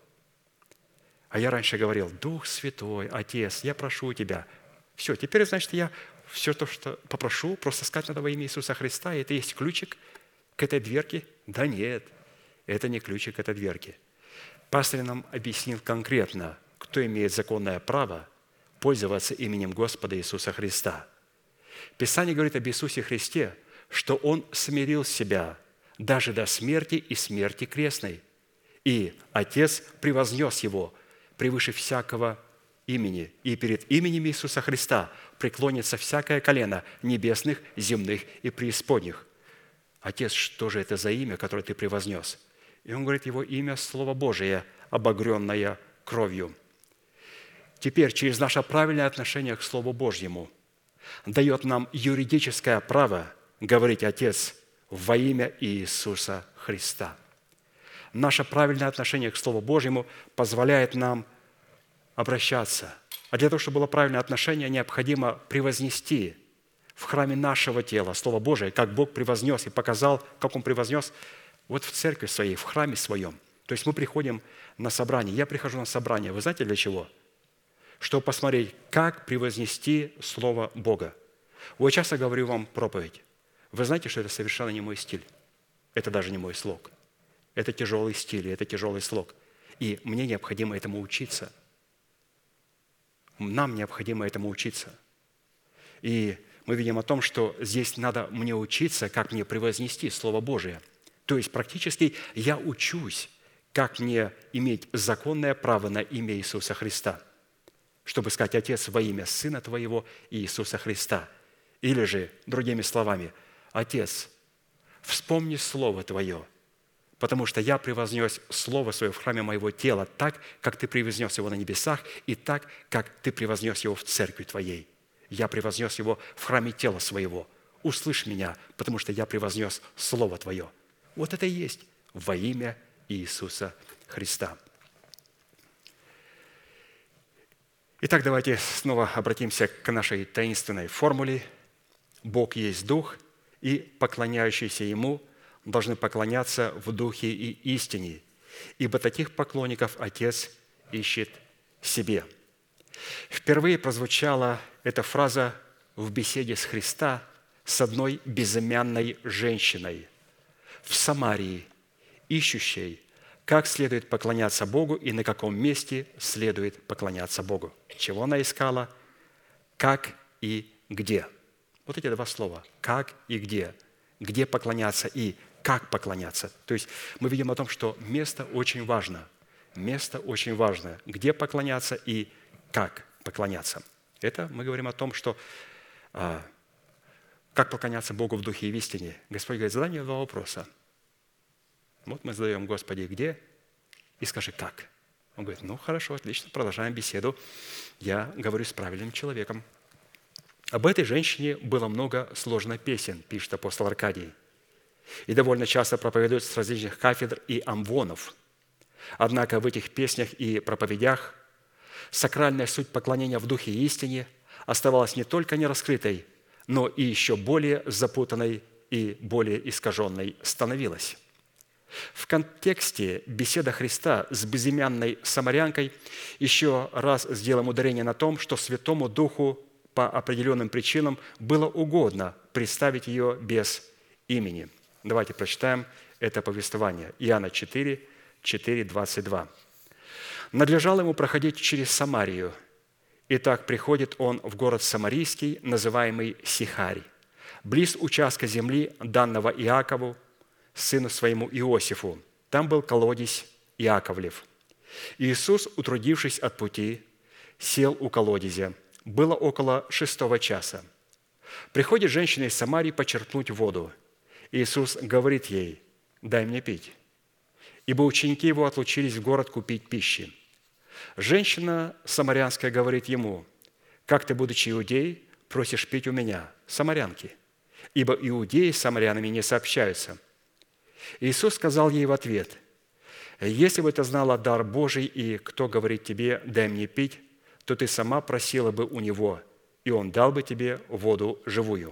A: А я раньше говорил, Дух Святой, Отец, я прошу Тебя. Все, теперь, значит, я все то, что попрошу, просто сказать надо во имя Иисуса Христа, и это есть ключик к этой дверке? Да нет. это не ключик от дверки. Пастырь нам объяснил конкретно, кто имеет законное право пользоваться именем Господа Иисуса Христа. Писание говорит об Иисусе Христе, что Он смирил себя даже до смерти и смерти крестной. И Отец превознес Его превыше всякого имени. И перед именем Иисуса Христа преклонится всякое колено небесных, земных и преисподних. Отец, что же это за имя, которое Ты превознес? И Он говорит, Его имя – Слово Божие, обогренное кровью. Теперь, через наше правильное отношение к Слову Божьему, дает нам юридическое право говорить «Отец» во имя Иисуса Христа. Наше правильное отношение к Слову Божьему позволяет нам обращаться. А для того, чтобы было правильное отношение, необходимо превознести в храме нашего тела Слово Божие, как Бог превознес и показал, как Он превознес вот в церкви своей, в храме своем. То есть мы приходим на собрание. Я прихожу на собрание. Вы знаете, для чего? Чтобы посмотреть, как превознести Слово Бога. Вот часто говорю вам проповедь. Вы знаете, что это совершенно не мой стиль. Это даже не мой слог. Это тяжелый стиль, это тяжелый слог. И мне необходимо этому учиться. Нам необходимо этому учиться. И мы видим о том, что здесь надо мне учиться, как мне превознести Слово Божие. То есть практически я учусь, как мне иметь законное право на имя Иисуса Христа, чтобы сказать «Отец» во имя Сына Твоего Иисуса Христа. Или же, другими словами, «Отец, вспомни Слово Твое, потому что я превознес Слово Свое в храме моего тела так, как Ты превознес его на небесах, и так, как Ты превознес его в церкви Твоей. Я превознес его в храме тела Своего. Услышь меня, потому что я превознес Слово Твое». Вот это и есть во имя Иисуса Христа. Итак, давайте снова обратимся к нашей таинственной формуле. Бог есть Дух, и поклоняющиеся Ему должны поклоняться в Духе и истине, ибо таких поклонников Отец ищет себе. Впервые прозвучала эта фраза в беседе с Христа с одной безымянной женщиной в Самарии, ищущей, как следует поклоняться Богу и на каком месте следует поклоняться Богу. Чего она искала? Как и где. Вот эти два слова. Как и где. Где поклоняться и как поклоняться. То есть мы видим о том, что место очень важно. Место очень важно. Где поклоняться и как поклоняться. Это мы говорим о том, что а, как поклоняться Богу в Духе и в истине. Господь говорит, задай мне два вопроса. Вот мы задаем, Господи, где? И скажи, как? Он говорит, ну хорошо, отлично, продолжаем беседу. Я говорю с правильным человеком. Об этой женщине было много сложных песен, пишет апостол Аркадий. И довольно часто проповедуется с различных кафедр и амвонов. Однако в этих песнях и проповедях сакральная суть поклонения в Духе и истине оставалась не только нераскрытой, но и еще более запутанной и более искаженной становилась. В контексте беседы Христа с безымянной самарянкой еще раз сделаем ударение на том, что Святому Духу по определенным причинам было угодно представить ее без имени. Давайте прочитаем это повествование. Иоанна четыре, четыре, двадцать два. «Надлежало ему проходить через Самарию. Итак, приходит он в город Самарийский, называемый Сихарь, близ участка земли, данного Иакову, сыну своему Иосифу. Там был колодезь Иаковлев. Иисус, утрудившись от пути, сел у колодезя. Было около шестого часа. Приходит женщина из Самарии почерпнуть воду. Иисус говорит ей, дай мне пить, ибо ученики его отлучились в город купить пищи. Женщина самарянская говорит ему, как ты, будучи иудей, просишь пить у меня, самарянки, ибо иудеи с самарянами не сообщаются. Иисус сказал ей в ответ, если бы ты знала дар Божий и кто говорит тебе, дай мне пить, то ты сама просила бы у него, и он дал бы тебе воду живую.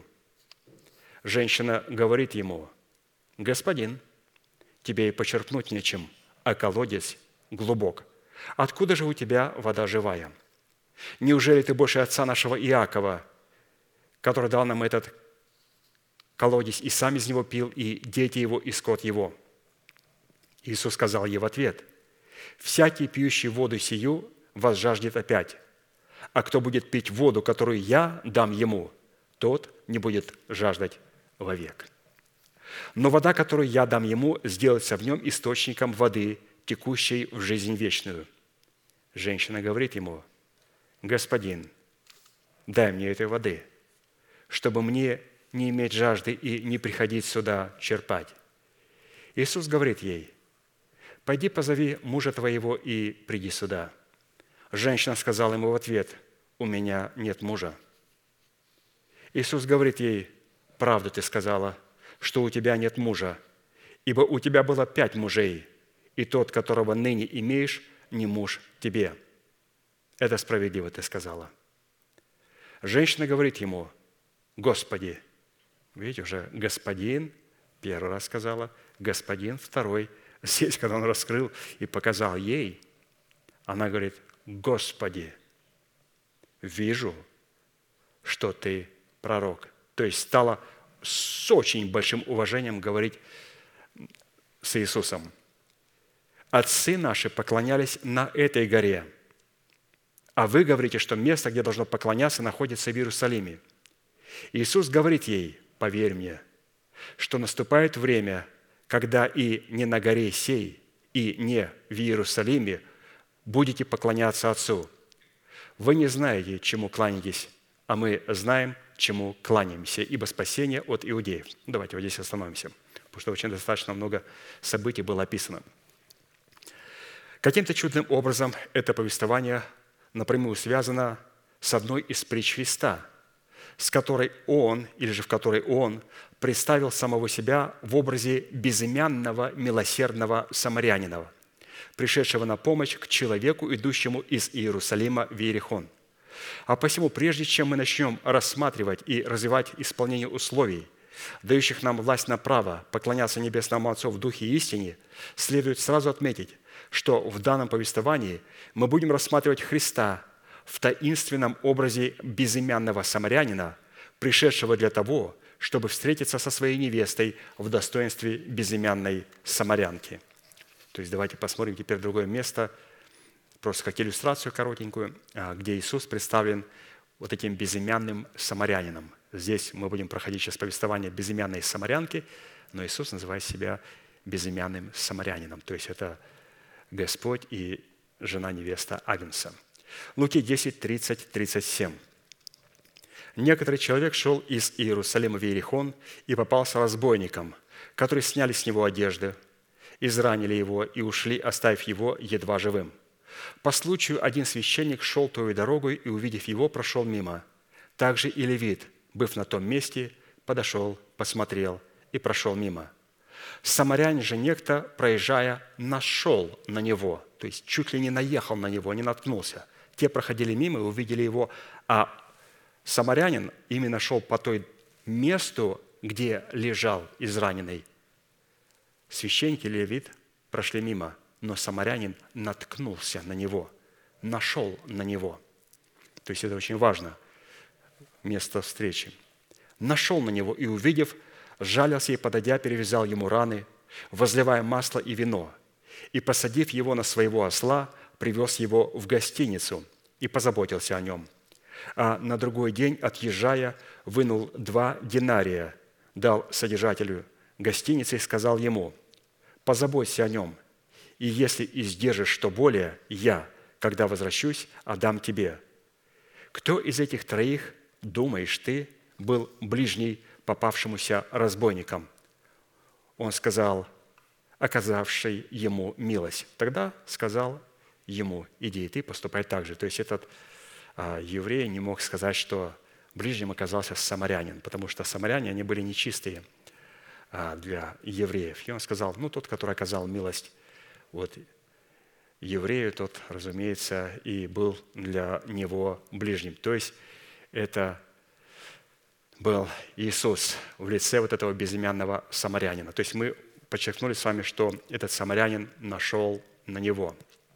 A: Женщина говорит ему, господин, тебе и почерпнуть нечем, а колодец глубок. Откуда же у тебя вода живая? Неужели ты больше отца нашего Иакова, который дал нам этот колодец, и сам из него пил, и дети его, и скот его? Иисус сказал ей в ответ: «Всякий, пьющий воду сию, возжаждет опять, а кто будет пить воду, которую я дам ему, тот не будет жаждать вовек. Но вода, которую я дам ему, сделается в нем источником воды, текущей в жизнь вечную». Женщина говорит ему: «Господин, дай мне этой воды, чтобы мне не иметь жажды и не приходить сюда черпать». Иисус говорит ей: «Пойди позови мужа твоего и приди сюда». Женщина сказала ему в ответ: «У меня нет мужа». Иисус говорит ей: «Правду ты сказала, что у тебя нет мужа, ибо у тебя было пять мужей, и тот, которого ныне имеешь, не муж тебе. Это справедливо ты сказала». Женщина говорит ему: «Господи». Видите, уже господин, первый раз сказала, господин, второй. Здесь, когда он раскрыл и показал ей, она говорит: «Господи, вижу, что ты пророк». То есть стала с очень большим уважением говорить с Иисусом. «Отцы наши поклонялись на этой горе, а вы говорите, что место, где должно поклоняться, находится в Иерусалиме». Иисус говорит ей: «Поверь мне, что наступает время, когда и не на горе сей, и не в Иерусалиме будете поклоняться Отцу. Вы не знаете, чему кланяетесь, а мы знаем, чему кланяемся, ибо спасение от иудеев». Давайте вот здесь остановимся, потому что очень достаточно много событий было описано. Каким-то чудным образом это повествование напрямую связано с одной из притч Христа, с которой Он, или же в которой Он представил самого себя в образе безымянного милосердного самарянина, пришедшего на помощь к человеку, идущему из Иерусалима в Иерихон. А посему, прежде чем мы начнем рассматривать и развивать исполнение условий, дающих нам власть на право поклоняться Небесному Отцу в Духе и истине, следует сразу отметить, что в данном повествовании мы будем рассматривать Христа в таинственном образе безымянного самарянина, пришедшего для того, чтобы встретиться со своей невестой в достоинстве безымянной самарянки. То есть давайте посмотрим теперь другое место, просто как иллюстрацию коротенькую, где Иисус представлен вот этим безымянным самарянином. Здесь мы будем проходить сейчас повествование безымянной самарянки, но Иисус называет себя безымянным самарянином. То есть это Господь и жена-невеста Агнца. Луки десять, тридцать, тридцать семь. «Некоторый человек шел из Иерусалима в Иерихон и попался разбойникам, которые сняли с него одежды, изранили его и ушли, оставив его едва живым. По случаю один священник шел той дорогой и, увидев его, прошел мимо. Также и левит, быв на том месте, подошел, посмотрел и прошел мимо. Самарянин же некто, проезжая, нашел на него, то есть чуть ли не наехал на него, не наткнулся. Те проходили мимо и увидели его, а самарянин именно шел по той месту, где лежал израненный. Священник и левит прошли мимо, но самарянин наткнулся на него, нашел на него. То есть это очень важно, место встречи. Нашел на него и, увидев, жалился и, подойдя, перевязал ему раны, возливая масло и вино, и, посадив его на своего осла, привез его в гостиницу и позаботился о нем. А на другой день, отъезжая, вынул два динария, дал содержателю гостиницы и сказал ему: «Позаботься о нем, и если издержишь что более, я, когда возвращусь, отдам тебе». Кто из этих троих, думаешь ты, был ближний попавшемуся разбойникам? Он сказал: оказавший ему милость. Тогда сказал ему: иди и ты поступай так же. То есть этот а, еврей не мог сказать, что ближним оказался самарянин, потому что самаряне, они были нечистые а, для евреев. И он сказал: ну, тот, который оказал милость вот еврею, тот, разумеется, и был для него ближним. То есть это был Иисус в лице вот этого безымянного самарянина. То есть мы подчеркнули с вами, что этот самарянин нашел на него.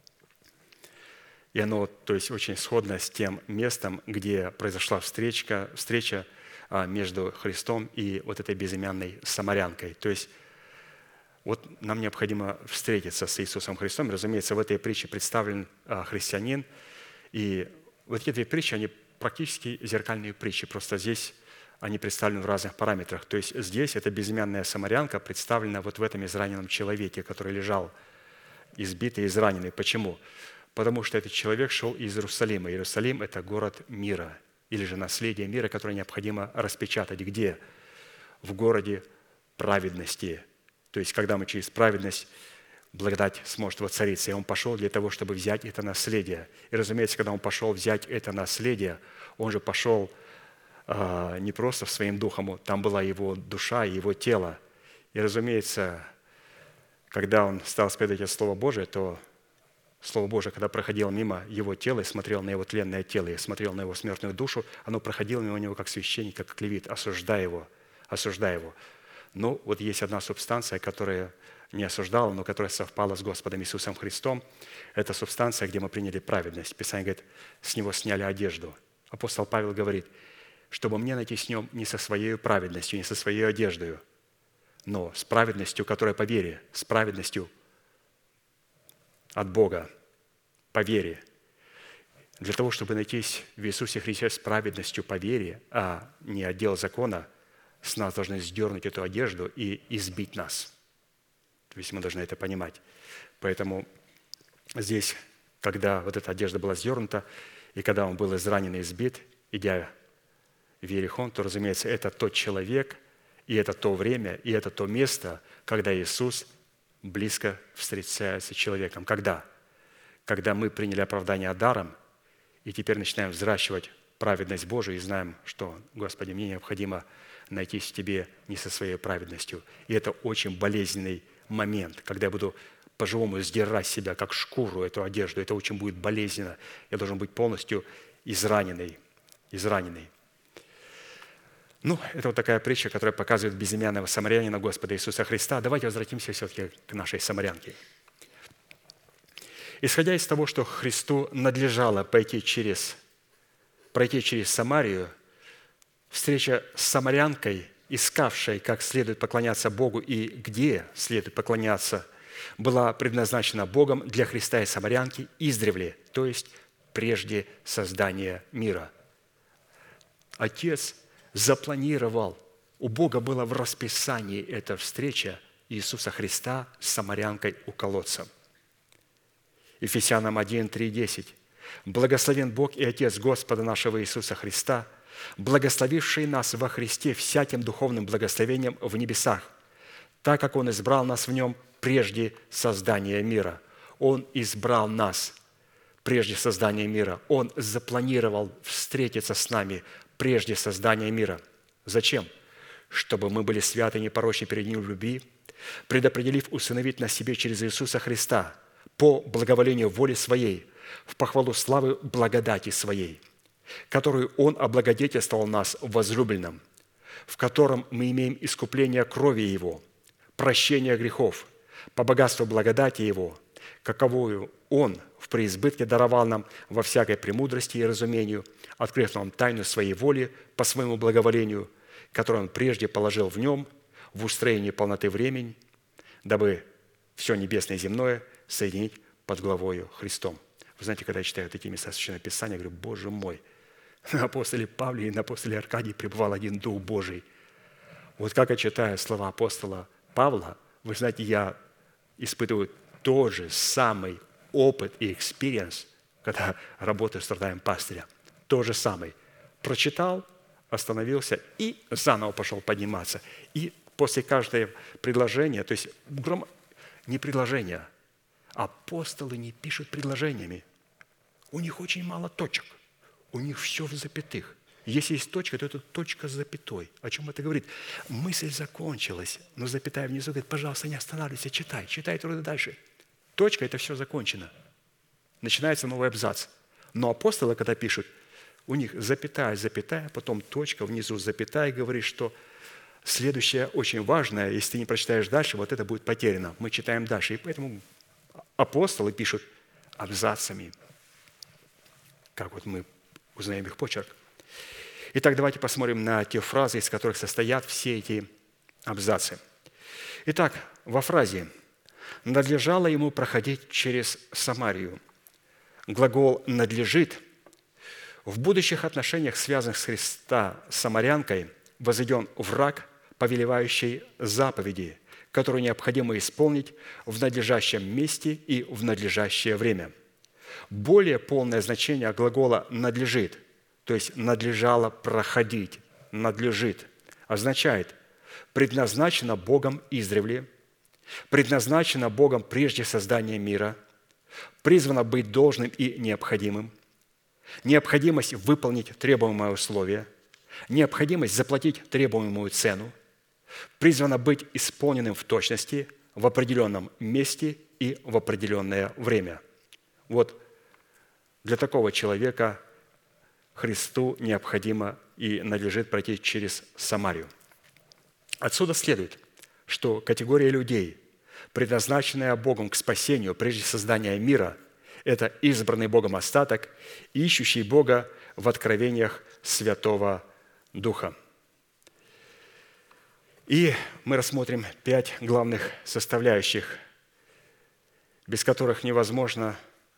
A: И оно, то есть, очень сходно с тем местом, где произошла встреча, встреча между Христом и вот этой безымянной самарянкой. То есть Вот нам необходимо встретиться с Иисусом Христом. Разумеется, в этой притче представлен а, христианин. И вот эти две притчи, они практически зеркальные притчи. Просто здесь они представлены в разных параметрах. То есть здесь эта безымянная самарянка представлена вот в этом израненном человеке, который лежал избитый, израненный. Почему? Потому что этот человек шел из Иерусалима. Иерусалим – это город мира, или же наследие мира, которое необходимо распечатать. Где? В городе праведности. То есть, когда мы через праведность, благодать сможет воцариться. И он пошел для того, чтобы взять это наследие. И, разумеется, когда он пошел взять это наследие, он же пошел э, не просто своим духом, там была его душа и его тело. И, разумеется, когда он стал исповедовать Слово Божие, то Слово Божие, когда проходило мимо его тела и смотрел на его тленное тело, и смотрел на его смертную душу, оно проходило мимо него как священник, как левит, осуждая его, осуждая его. Но вот есть одна субстанция, которая не осуждала, но которая совпала с Господом Иисусом Христом. Это субстанция, где мы приняли праведность. Писание говорит, с него сняли одежду. Апостол Павел говорит, чтобы мне найти с ним не со своей праведностью, не со своей одеждой, но с праведностью, которая по вере, с праведностью от Бога, по вере. Для того, чтобы найтись в Иисусе Христе с праведностью по вере, а не отдел закона, с нас должны сдернуть эту одежду и избить нас. То есть мы должны это понимать. Поэтому здесь, когда вот эта одежда была сдернута, и когда он был изранен и избит, идя в Иерихон, то, разумеется, это тот человек, и это то время, и это то место, когда Иисус близко встречается с человеком. Когда? Когда мы приняли оправдание даром, и теперь начинаем взращивать праведность Божию, и знаем, что, Господи, мне необходимо найтись в Тебе не со своей праведностью. И это очень болезненный момент, когда я буду по-живому сдирать себя, как шкуру, эту одежду. Это очень будет болезненно. Я должен быть полностью израненный. израненный. Ну, это вот такая притча, которая показывает безымянного самарянина Господа Иисуса Христа. Давайте возвратимся все-таки к нашей самарянке. Исходя из того, что Христу надлежало пойти через, пройти через Самарию, встреча с самарянкой, искавшей, как следует поклоняться Богу и где следует поклоняться, была предназначена Богом для Христа и самарянки издревле, то есть прежде создания мира. Отец запланировал, у Бога была в расписании эта встреча Иисуса Христа с самарянкой у колодца. Ефесянам один, три, десять. «Благословен Бог и Отец Господа нашего Иисуса Христа, благословивший нас во Христе всяким духовным благословением в небесах, так как Он избрал нас в Нем прежде создания мира». Он избрал нас прежде создания мира. Он запланировал встретиться с нами прежде создания мира. Зачем? Чтобы мы были святы и непорочны перед Ним в любви, предопределив усыновить нас себе через Иисуса Христа по благоволению воли Своей, в похвалу славы благодати Своей, которую Он облагодетельствовал нас в возлюбленном, в котором мы имеем искупление крови Его, прощение грехов, по богатству благодати Его, каковую Он в преизбытке даровал нам во всякой премудрости и разумению, открыв нам тайну Своей воли по Своему благоволению, которую Он прежде положил в Нем в устроении полноты времени, дабы все небесное и земное соединить под главою Христом. Вы знаете, когда я читаю эти места Священного Писания, я говорю, Боже мой, на апостоле Павле и на апостоле Аркадии пребывал один Дух Божий. Вот как я читаю слова апостола Павла, вы знаете, я испытываю тот же самый опыт и экспириенс, когда работаю с трудами пастыря. То же самый. Прочитал, остановился и заново пошел подниматься. И после каждого предложения, то есть не предложения, апостолы не пишут предложениями. У них очень мало точек. У них все в запятых. Если есть точка, то это точка с запятой. О чем это говорит? Мысль закончилась, но запятая внизу говорит, пожалуйста, не останавливайся, читай, читай труды дальше. Точка – это все закончено. Начинается новый абзац. Но апостолы, когда пишут, у них запятая, запятая, потом точка, внизу запятая, говорит, что следующее очень важное, если ты не прочитаешь дальше, вот это будет потеряно. Мы читаем дальше. И поэтому апостолы пишут абзацами, как вот мы узнаем их почерк. Итак, давайте посмотрим на те фразы, из которых состоят все эти абзацы. Итак, во фразе «надлежало ему проходить через Самарию». Глагол «надлежит» в будущих отношениях, связанных с Христа с самарянкой, возведен враг, повелевающий заповеди, которую необходимо исполнить в надлежащем месте и в надлежащее время. Более полное значение глагола «надлежит», то есть «надлежало проходить», «надлежит», означает «предназначено Богом издревле», «предназначено Богом прежде создания мира», «призвано быть должным и необходимым», «необходимость выполнить требуемое условие», «необходимость заплатить требуемую цену», «призвано быть исполненным в точности в определенном месте и в определенное время». Вот для такого человека Христу необходимо и надлежит пройти через Самарию. Отсюда следует, что категория людей, предназначенная Богом к спасению прежде создания мира, это избранный Богом остаток, ищущий Бога в откровениях Святого Духа. И мы рассмотрим пять главных составляющих, без которых невозможно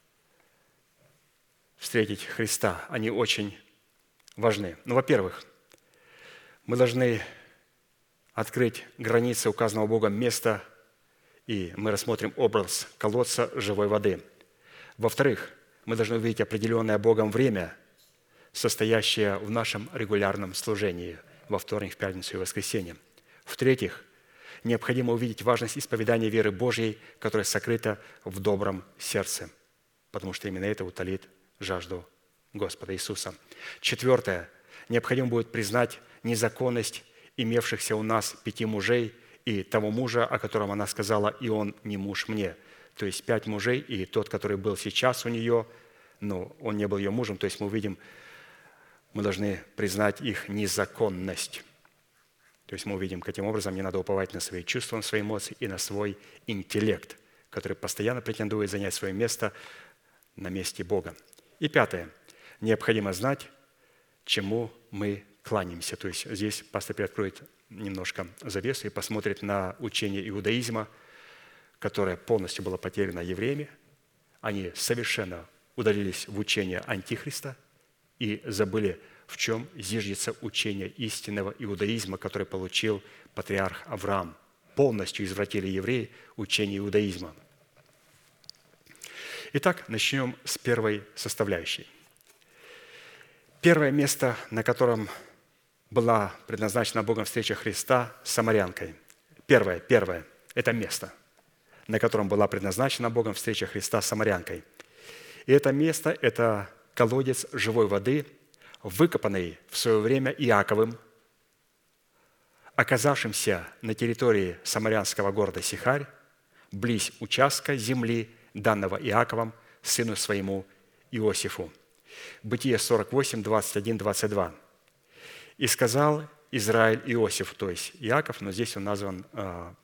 A: встретить Христа. Они очень важны. Ну, во-первых, мы должны открыть границы указанного Богом места, и мы рассмотрим образ колодца живой воды. Во-вторых, мы должны увидеть определенное Богом время, состоящее в нашем регулярном служении во вторник, в пятницу и воскресенье. В-третьих, необходимо увидеть важность исповедания веры Божьей, которая сокрыта в добром сердце, потому что именно это утолит жажду Господа Иисуса. Четвертое. Необходимо будет признать незаконность имевшихся у нас пяти мужей и того мужа, о котором она сказала, и он не муж мне. То есть пять мужей, и тот, который был сейчас у нее, но он не был ее мужем. То есть мы увидим, мы должны признать их незаконность. То есть мы увидим, каким образом не надо уповать на свои чувства, на свои эмоции и на свой интеллект, который постоянно претендует занять свое место на месте Бога. И пятое. Необходимо знать, чему мы кланяемся. То есть здесь пастор приоткроет немножко завесу и посмотрит на учение иудаизма, которое полностью было потеряно евреями. Они совершенно удалились в учение Антихриста и забыли, в чем зиждется учение истинного иудаизма, который получил патриарх Авраам. Полностью извратили евреи учение иудаизма. Итак, начнем с первой составляющей. Первое место, на котором была предназначена Богом встреча Христа с самарянкой. Первое, первое – это место, на котором была предназначена Богом встреча Христа с самарянкой. И это место – это колодец живой воды, выкопанный в свое время Иаковым, оказавшимся на территории самарянского города Сихарь, близ участка земли, данного Иаковом сыну своему Иосифу. Бытие сорок восемь, двадцать один, двадцать два. «И сказал Израиль Иосифу», то есть Иаков, но здесь он назван э,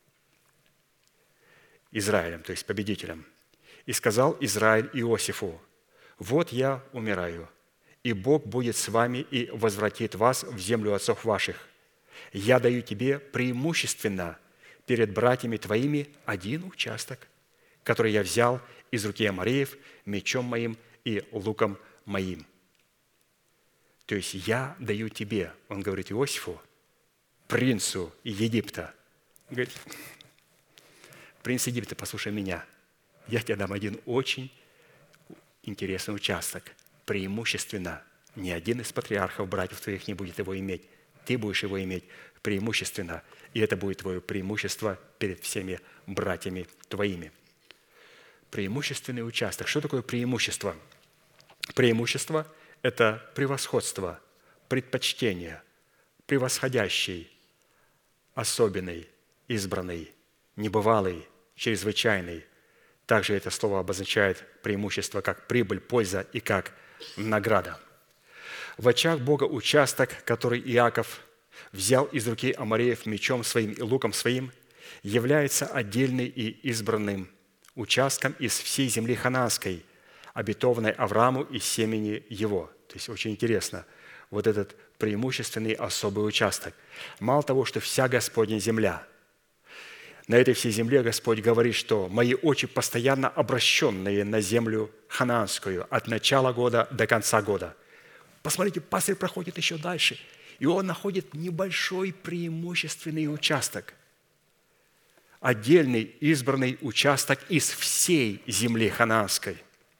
A: Израилем, то есть победителем. «И сказал Израиль Иосифу: вот я умираю, и Бог будет с вами и возвратит вас в землю отцов ваших. Я даю тебе преимущественно перед братьями твоими один участок, который я взял из руки Амореев мечом моим и луком моим». То есть я даю тебе, он говорит Иосифу, принцу Египта. Он говорит: принц Египта, послушай меня, я тебе дам один очень интересный участок. Преимущественно ни один из патриархов, братьев твоих, не будет его иметь. Ты будешь его иметь преимущественно, и это будет твое преимущество перед всеми братьями твоими. Преимущественный участок. Что такое преимущество? Преимущество – это превосходство, предпочтение, превосходящий, особенный, избранный, небывалый, чрезвычайный. Также это слово обозначает преимущество как прибыль, польза и как награда. В очах Бога участок, который Иаков взял из руки Амореев мечом своим и луком своим, является отдельным и избранным участком из всей земли ханаанской, обетованной Аврааму и семени его. То есть очень интересно, вот этот преимущественный особый участок. Мало того, что вся Господня земля На этой всей земле Господь говорит, что «мои очи постоянно обращенные на землю ханаанскую от начала года до конца года». Посмотрите, пастырь проходит еще дальше, и он находит небольшой преимущественный участок, отдельный избранный участок из всей земли ханаанской.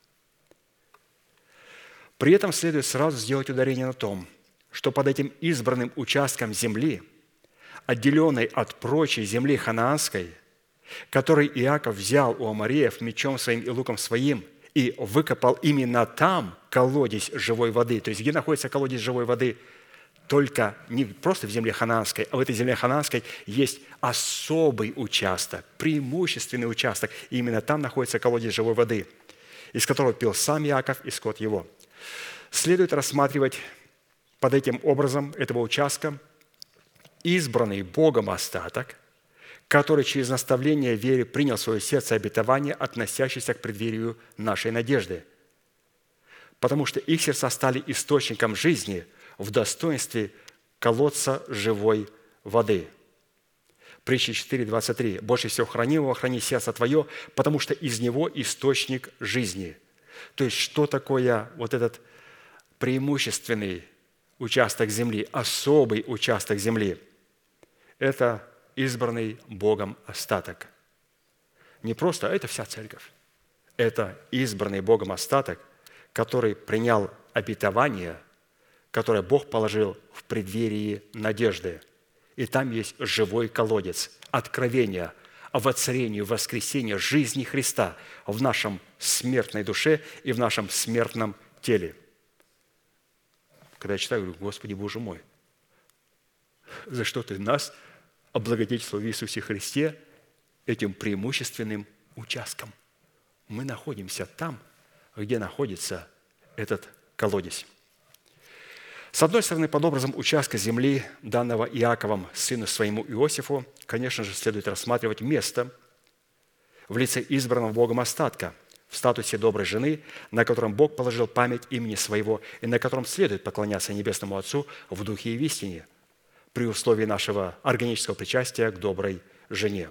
A: При этом следует сразу сделать ударение на том, что под этим избранным участком земли, отделенной от прочей земли ханаанской, который Иаков взял у амореев мечом своим и луком своим и выкопал именно там колодец живой воды. То есть где находится колодец живой воды? Только не просто в земле ханаанской, а в этой земле ханаанской есть особый участок, преимущественный участок. И именно там находится колодец живой воды, из которого пил сам Иаков и скот его. Следует рассматривать под этим образом этого участка избранный Богом остаток, который через наставление веры принял в свое сердце обетование, относящееся к преддверию нашей надежды, потому что их сердца стали источником жизни в достоинстве колодца живой воды. Притча четыре, двадцать три. «Больше всего хранимого храни сердце твое, потому что из него источник жизни». То есть, что такое вот этот преимущественный участок земли, особый участок земли? Это избранный Богом остаток. Не просто, а это вся церковь. Это избранный Богом остаток, который принял обетование, которое Бог положил в преддверии надежды. И там есть живой колодец, откровение о воцарении, воскресении жизни Христа в нашем смертной душе и в нашем смертном теле. Когда я читаю, говорю: Господи Боже мой, за что Ты нас облагодетельствовал в Иисусе Христе этим преимущественным участком? Мы находимся там, где находится этот колодец. С одной стороны, под образом участка земли, данного Иаковом сыну своему Иосифу, конечно же, следует рассматривать место в лице избранного Богом остатка в статусе доброй жены, на котором Бог положил память имени своего и на котором следует поклоняться Небесному Отцу в духе и в истине, при условии нашего органического причастия к доброй жене.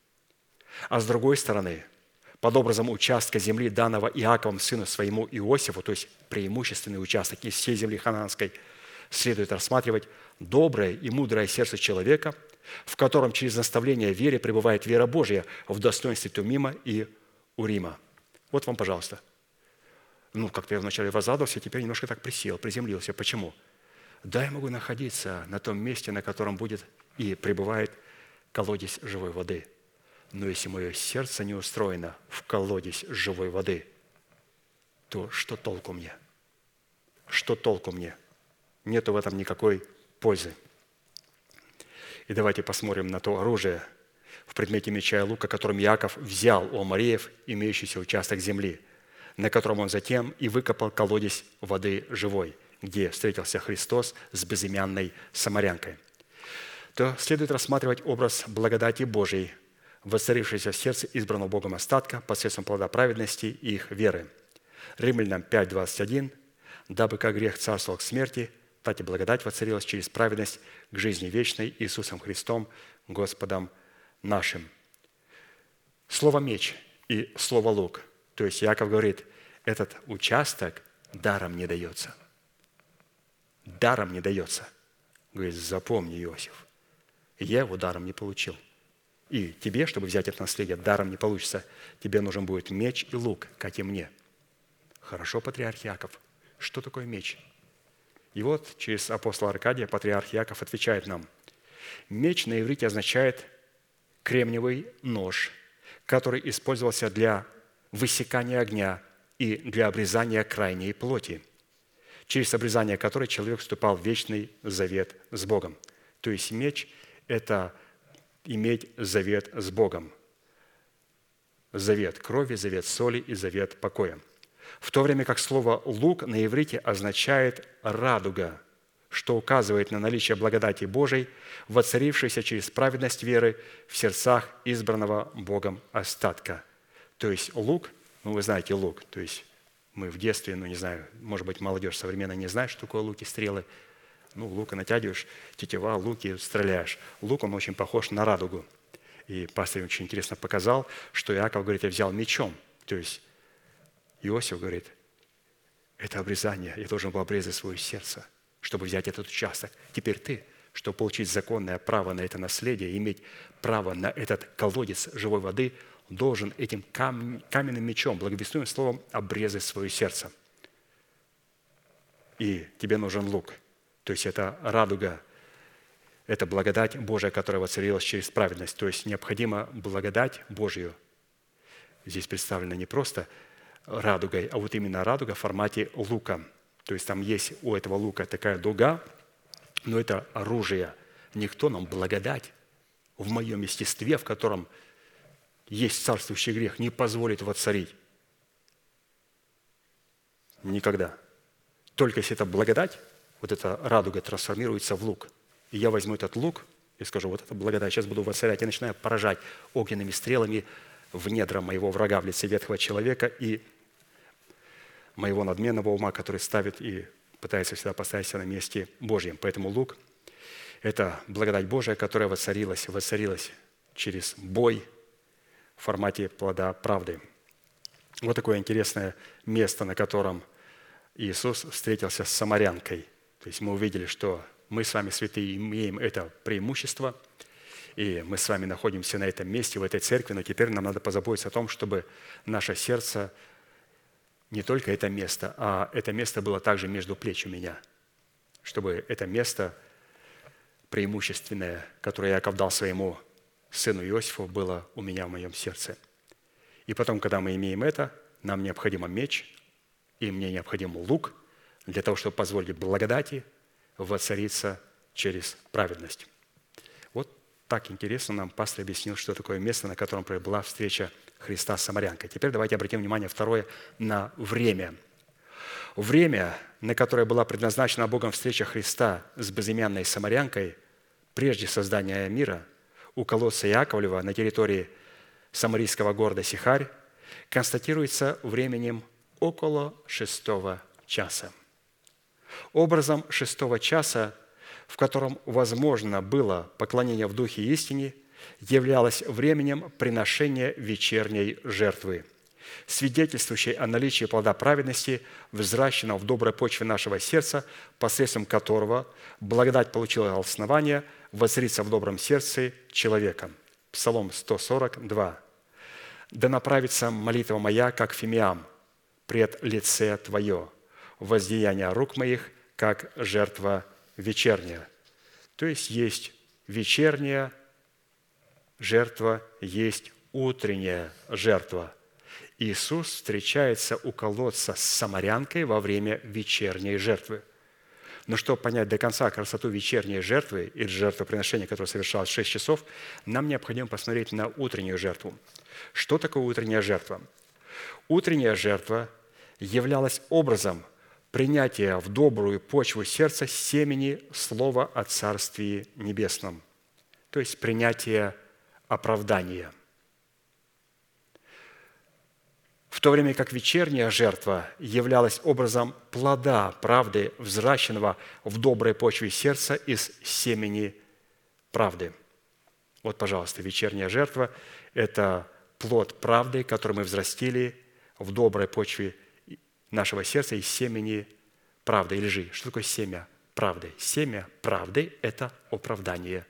A: А с другой стороны, под образом участка земли, данного Иаковом сыну своему Иосифу, то есть преимущественный участок из всей земли ханаанской, следует рассматривать доброе и мудрое сердце человека, в котором через наставление вере пребывает вера Божья в достоинстве Тумима и Урима. Вот вам, пожалуйста. Ну, как-то я вначале возрадовался, теперь немножко так присел, приземлился. Почему? Да, я могу находиться на том месте, на котором будет и пребывает колодец живой воды. Но если мое сердце не устроено в колодец живой воды, то что толку мне? Что толку мне? Нету в этом никакой пользы. И давайте посмотрим на то оружие в предмете меча и лука, которым Иаков взял у амореев имеющийся участок земли, на котором он затем и выкопал колодец воды живой, где встретился Христос с безымянной самарянкой. То следует рассматривать образ благодати Божией, воцарившейся в сердце избранного Богом остатка посредством плода праведности и их веры. Римлянам пять, двадцать один. «Дабы как грех царствовал к смерти, так и благодать воцарилась через праведность к жизни вечной Иисусом Христом, Господом нашим». Слово «меч» и слово «лук», то есть Иаков говорит, этот участок даром не дается. Даром не дается. Говорит: запомни, Иосиф, я его даром не получил. И тебе, чтобы взять это наследие, даром не получится. Тебе нужен будет меч и лук, как и мне. Хорошо, патриарх Иаков. Что такое меч? И вот через апостола Аркадия патриарх Иаков отвечает нам. Меч на иврите означает кремниевый нож, который использовался для высекания огня и для обрезания крайней плоти, через обрезание которой человек вступал в вечный завет с Богом. То есть меч – это иметь завет с Богом. Завет крови, завет соли и завет покоя. В то время как слово «лук» на иврите означает «радуга», что указывает на наличие благодати Божией, воцарившейся через праведность веры в сердцах избранного Богом остатка. То есть лук, ну вы знаете лук, то есть мы в детстве, ну не знаю, может быть, молодежь современная не знает, что такое луки, стрелы. Ну, лука натягиваешь, тетива, луки, стреляешь. Лук, он очень похож на радугу. И пастор очень интересно показал, что Иаков говорит, я взял мечом. То есть Иосиф говорит, это обрезание, я должен был обрезать свое сердце, чтобы взять этот участок. Теперь ты, чтобы получить законное право на это наследие, иметь право на этот колодец живой воды, должен этим кам- каменным мечом, благовестным словом, обрезать свое сердце. И тебе нужен лук. То есть это радуга, это благодать Божия, которая воцарилась через праведность. То есть необходима благодать Божью. Здесь представлена не просто радугой, а вот именно радуга в формате лука. То есть там есть у этого лука такая дуга, но это оружие. Никто нам благодать в моем естестве, в котором есть царствующий грех, не позволит воцарить. Никогда. Только если это благодать, вот эта радуга трансформируется в лук. И я возьму этот лук и скажу, вот это благодать, сейчас буду воцарять. Я начинаю поражать огненными стрелами в недра моего врага в лице ветхого человека и моего надменного ума, который ставит и пытается всегда поставить себя на месте Божьем. Поэтому лук – это благодать Божия, которая воцарилась, воцарилась через бой в формате плода правды. Вот такое интересное место, на котором Иисус встретился с самарянкой. То есть мы увидели, что мы с вами, святые, имеем это преимущество, и мы с вами находимся на этом месте, в этой церкви, но теперь нам надо позаботиться о том, чтобы наше сердце, не только это место, а это место было также между плеч у меня, чтобы это место преимущественное, которое Иаков дал своему сыну Иосифу, было у меня в моем сердце. И потом, когда мы имеем это, нам необходим меч, и мне необходим лук для того, чтобы позволить благодати воцариться через праведность. Вот так интересно нам пастор объяснил, что такое место, на котором была встреча Христа с самарянкой. Теперь давайте обратим внимание, второе, на время. Время, на которое была предназначена Богом встреча Христа с безымянной самарянкой, прежде создания мира, у колодца Яковлева на территории самарийского города Сихарь, констатируется временем около шестого часа. Образом шестого часа, в котором возможно было поклонение в духе истине, являлось временем приношения вечерней жертвы, свидетельствующей о наличии плода праведности, взращенного в доброй почве нашего сердца, посредством которого благодать получила основание воцариться в добром сердце человека. Псалом сто сорок два. «Да направится молитва моя, как фимиам, пред лице Твое, воздеяние рук моих, как жертва вечерняя». То есть есть вечерняя жертва, есть утренняя жертва. Иисус встречается у колодца с самарянкой во время вечерней жертвы. Но чтобы понять до конца красоту вечерней жертвы или жертвоприношения, которое совершалось в шесть часов, нам необходимо посмотреть на утреннюю жертву. Что такое утренняя жертва? Утренняя жертва являлась образом принятия в добрую почву сердца семени слова о Царствии Небесном, то есть принятие оправдания. В то время как вечерняя жертва являлась образом плода правды, взращенного в доброй почве сердца из семени правды. Вот, пожалуйста, вечерняя жертва – это плод правды, который мы взрастили в доброй почве нашего сердца из семени правды или лжи. Что такое семя правды? Семя правды – это оправдание.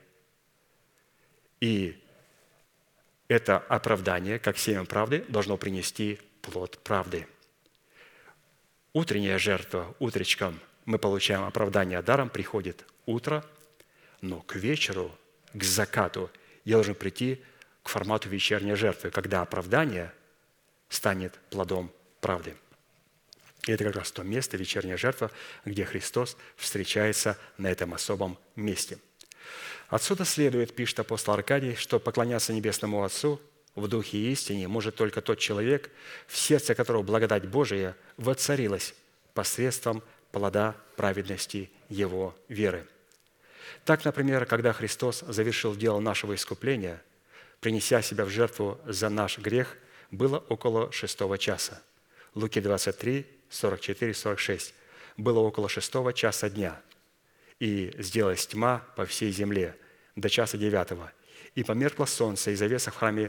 A: И это оправдание, как семя правды, должно принести плод правды. Утренняя жертва, утречком мы получаем оправдание даром, приходит утро, но к вечеру, к закату я должен прийти к формату вечерней жертвы, когда оправдание станет плодом правды. И это как раз то место, вечерняя жертва, где Христос встречается на этом особом месте. Отсюда следует, пишет апостол Аркадий, что поклоняться Небесному Отцу в духе и истине может только тот человек, в сердце которого благодать Божия воцарилась посредством плода праведности его веры. Так, например, когда Христос завершил дело нашего искупления, принеся себя в жертву за наш грех, было около шестого часа. Луки двадцать три, сорок четыре, сорок шесть. Было около шестого часа дня, и сделалась тьма по всей земле до часа девятого. И померкло солнце, и завеса в храме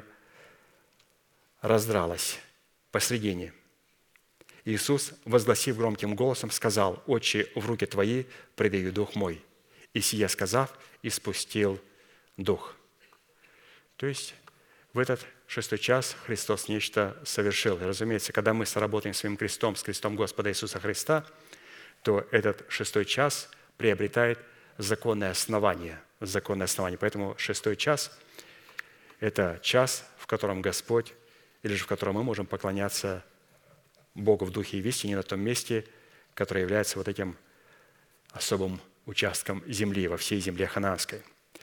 A: раздралась посредине. Иисус, возгласив громким голосом, сказал: «Отче, в руки Твои предаю дух мой». И сие сказав, испустил дух. То есть в этот шестой час Христос нечто совершил. И, разумеется, когда мы соработаем своим крестом, с крестом Господа Иисуса Христа, то этот шестой час приобретает законное основание. Законное основание. Поэтому шестой час – это час, в котором Господь, или же в котором мы можем поклоняться Богу в духе и в истине на том месте, которое является вот этим особым участком земли во всей земле ханаанской.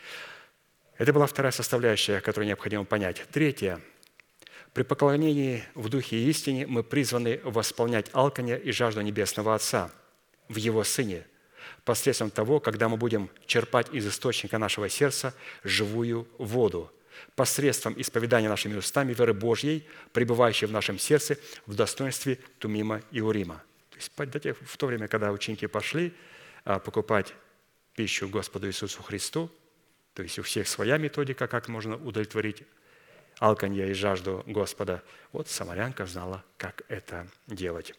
A: Это была вторая составляющая, которую необходимо понять. Третья. При поклонении в духе и истине мы призваны восполнять алканье и жажду Небесного Отца в Его Сыне, посредством того, когда мы будем черпать из источника нашего сердца живую воду, посредством исповедания нашими устами веры Божьей, пребывающей в нашем сердце в достоинстве Тумима и Урима. То есть в то время, когда ученики пошли покупать пищу Господу Иисусу Христу, то есть у всех своя методика, как можно удовлетворить алканье и жажду Господа, вот самарянка знала, как это делать.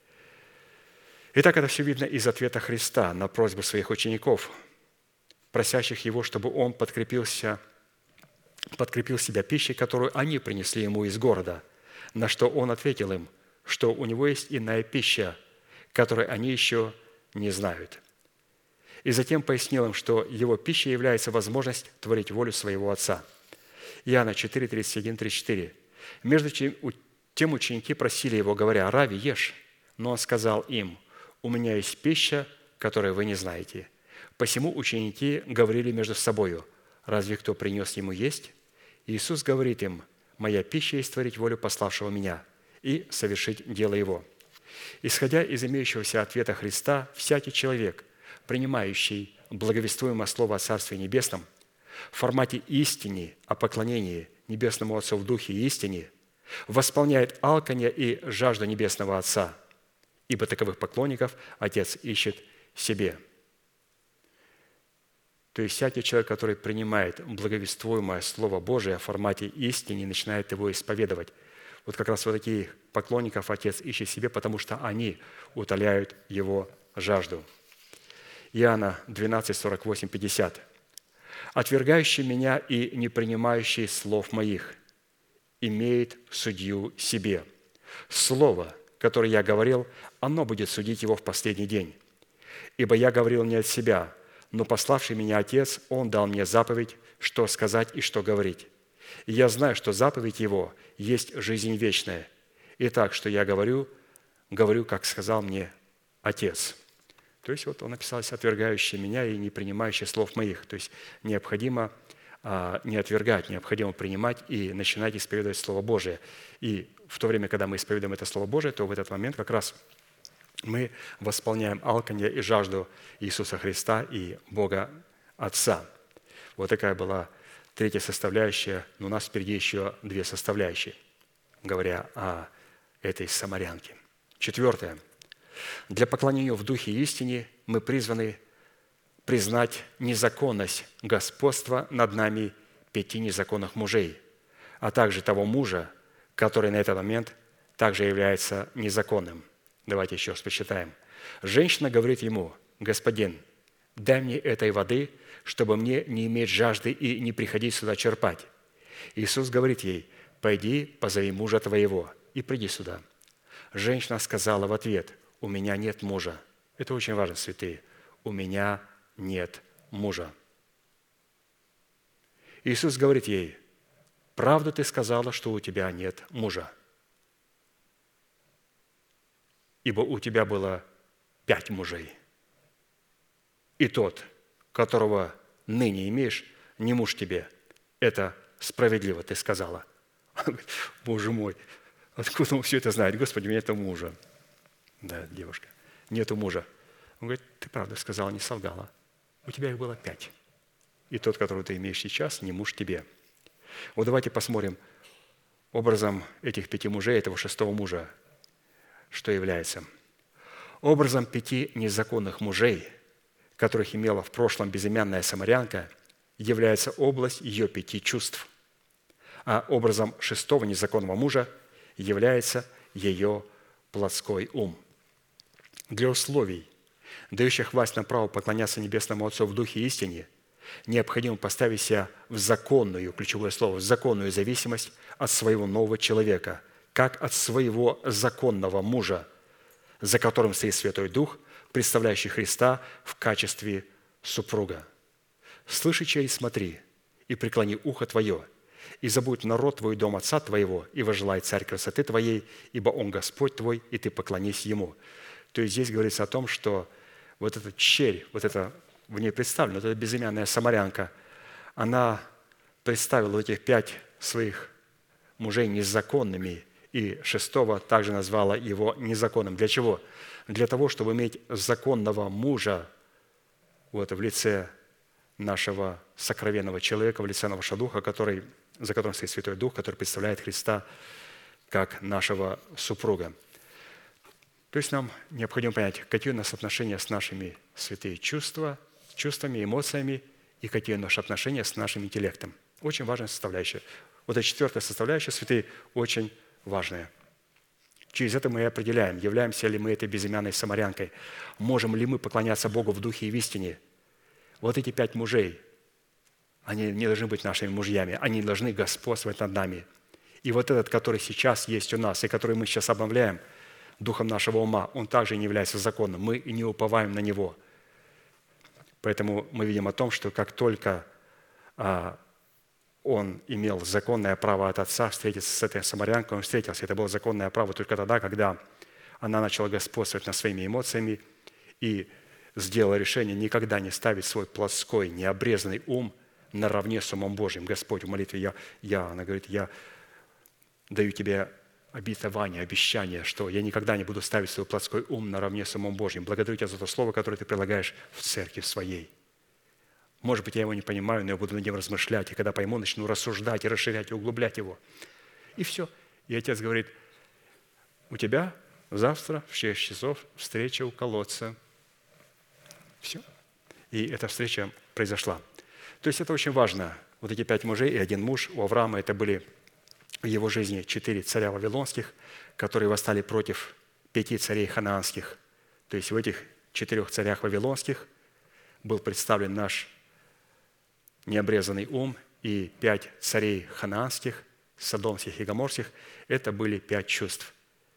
A: Итак, это все видно из ответа Христа на просьбу своих учеников, просящих Его, чтобы Он подкрепился, подкрепил себя пищей, которую они принесли Ему из города, на что Он ответил им, что у Него есть иная пища, которой они еще не знают. И затем пояснил им, что Его пищей является возможность творить волю Своего Отца. Иоанна четыре, тридцать один, тридцать четыре. Между тем ученики просили Его, говоря: «Рави, ешь». Но Он сказал им: «У меня есть пища, которую вы не знаете». Посему ученики говорили между собою: «Разве кто принес Ему есть?» Иисус говорит им: «Моя пища есть творить волю пославшего Меня и совершить дело Его». Исходя из имеющегося ответа Христа, всякий человек, принимающий благовествуемое Слово о Царстве Небесном в формате истины о поклонении Небесному Отцу в Духе и истине, восполняет алканье и жажду Небесного Отца, ибо таковых поклонников Отец ищет себе. То есть всякий человек, который принимает благовествуемое Слово Божие в формате истины и начинает его исповедовать, вот как раз вот таких поклонников Отец ищет себе, потому что они утоляют его жажду. Иоанна двенадцать, сорок восемь, пятьдесят. «Отвергающий меня и не принимающий слов моих имеет судью себе. Слово, которое я говорил, оно будет судить его в последний день. Ибо я говорил не от себя, но пославший меня Отец, Он дал мне заповедь, что сказать и что говорить. И я знаю, что заповедь Его есть жизнь вечная. И так, что я говорю, говорю, как сказал мне Отец». То есть вот он написал: «отвергающий меня и не принимающий слов моих». То есть необходимо а, не отвергать, необходимо принимать и начинать исповедовать Слово Божие. И в то время, когда мы исповедуем это Слово Божие, то в этот момент как раз мы восполняем алканье и жажду Иисуса Христа и Бога Отца. Вот такая была третья составляющая, но у нас впереди еще две составляющие, говоря о этой самарянке. Четвертое. Для поклонения в Духе и истине мы призваны признать незаконность господства над нами пяти незаконных мужей, а также того мужа, который на этот момент также является незаконным. Давайте еще раз посчитаем. Женщина говорит ему: «Господин, дай мне этой воды, чтобы мне не иметь жажды и не приходить сюда черпать». Иисус говорит ей: «Пойди, позови мужа твоего и приди сюда». Женщина сказала в ответ: «У меня нет мужа». Это очень важно, святые. «У меня нет мужа». Иисус говорит ей: «Правду ты сказала, что у тебя нет мужа, ибо у тебя было пять мужей, и тот, которого ныне имеешь, не муж тебе. Это справедливо ты сказала». Он говорит: «Боже мой, откуда он все это знает? Господи, у меня нет мужа». Да, девушка, нету мужа. Он говорит: «Ты правда сказала, не солгала. У тебя их было пять. И тот, которого ты имеешь сейчас, не муж тебе». Вот давайте посмотрим образом этих пяти мужей, этого шестого мужа, что является. Образом пяти незаконных мужей, которых имела в прошлом безымянная самарянка, является область ее пяти чувств, а образом шестого незаконного мужа является ее плотской ум. Для условий, дающих власть на право поклоняться Небесному Отцу в Духе и истине, необходимо поставить себя в законную, ключевое слово, в законную зависимость от своего нового человека, как от своего законного мужа, за которым стоит Святой Дух, представляющий Христа в качестве супруга. «Слыши, чей, смотри, и преклони ухо твое, и забудь народ твой, дом отца твоего, и возжелай царь красоты твоей, ибо он Господь твой, и ты поклонись ему». То есть здесь говорится о том, что вот эта черь, вот это в ней представлена, вот эта безымянная самарянка, она представила вот этих пять своих мужей незаконными, и шестого также назвала его незаконным. Для чего? Для того, чтобы иметь законного мужа вот, в лице нашего сокровенного человека, в лице нашего Духа, который, за которым стоит Святой Дух, который представляет Христа как нашего супруга. То есть нам необходимо понять, какие у нас отношения с нашими святыми чувства, чувствами, эмоциями, и какие наши отношения с нашим интеллектом. Очень важная составляющая. Вот эта четвертая составляющая, святые, очень важная. Через это мы и определяем, являемся ли мы этой безымянной самарянкой, можем ли мы поклоняться Богу в духе и в истине. Вот эти пять мужей, они не должны быть нашими мужьями, они должны господствовать над нами. И вот этот, который сейчас есть у нас, и который мы сейчас обновляем духом нашего ума, он также не является законным. Мы не уповаем на него. Поэтому мы видим о том, что как только а, он имел законное право от отца встретиться с этой самарянкой, он встретился. Это было законное право только тогда, когда она начала господствовать над своими эмоциями и сделала решение никогда не ставить свой плоской, необрезанный ум наравне с умом Божьим. Господь, в молитве я, я, она говорит, я даю тебе обетование, обещание, что я никогда не буду ставить свой плотской ум наравне с умом Божьим. Благодарю тебя за то слово, которое ты прилагаешь в церкви своей. Может быть, я его не понимаю, но я буду над ним размышлять, и когда пойму, начну рассуждать и расширять, и углублять его. И все. И отец говорит, у тебя завтра в шесть часов встреча у колодца. Все. И эта встреча произошла. То есть это очень важно. Вот эти пять мужей и один муж у Авраама, это были в его жизни четыре царя вавилонских, которые восстали против пяти царей ханаанских. То есть в этих четырех царях вавилонских был представлен наш необрезанный ум, и пять царей ханаанских, содомских и гоморских – это были пять чувств.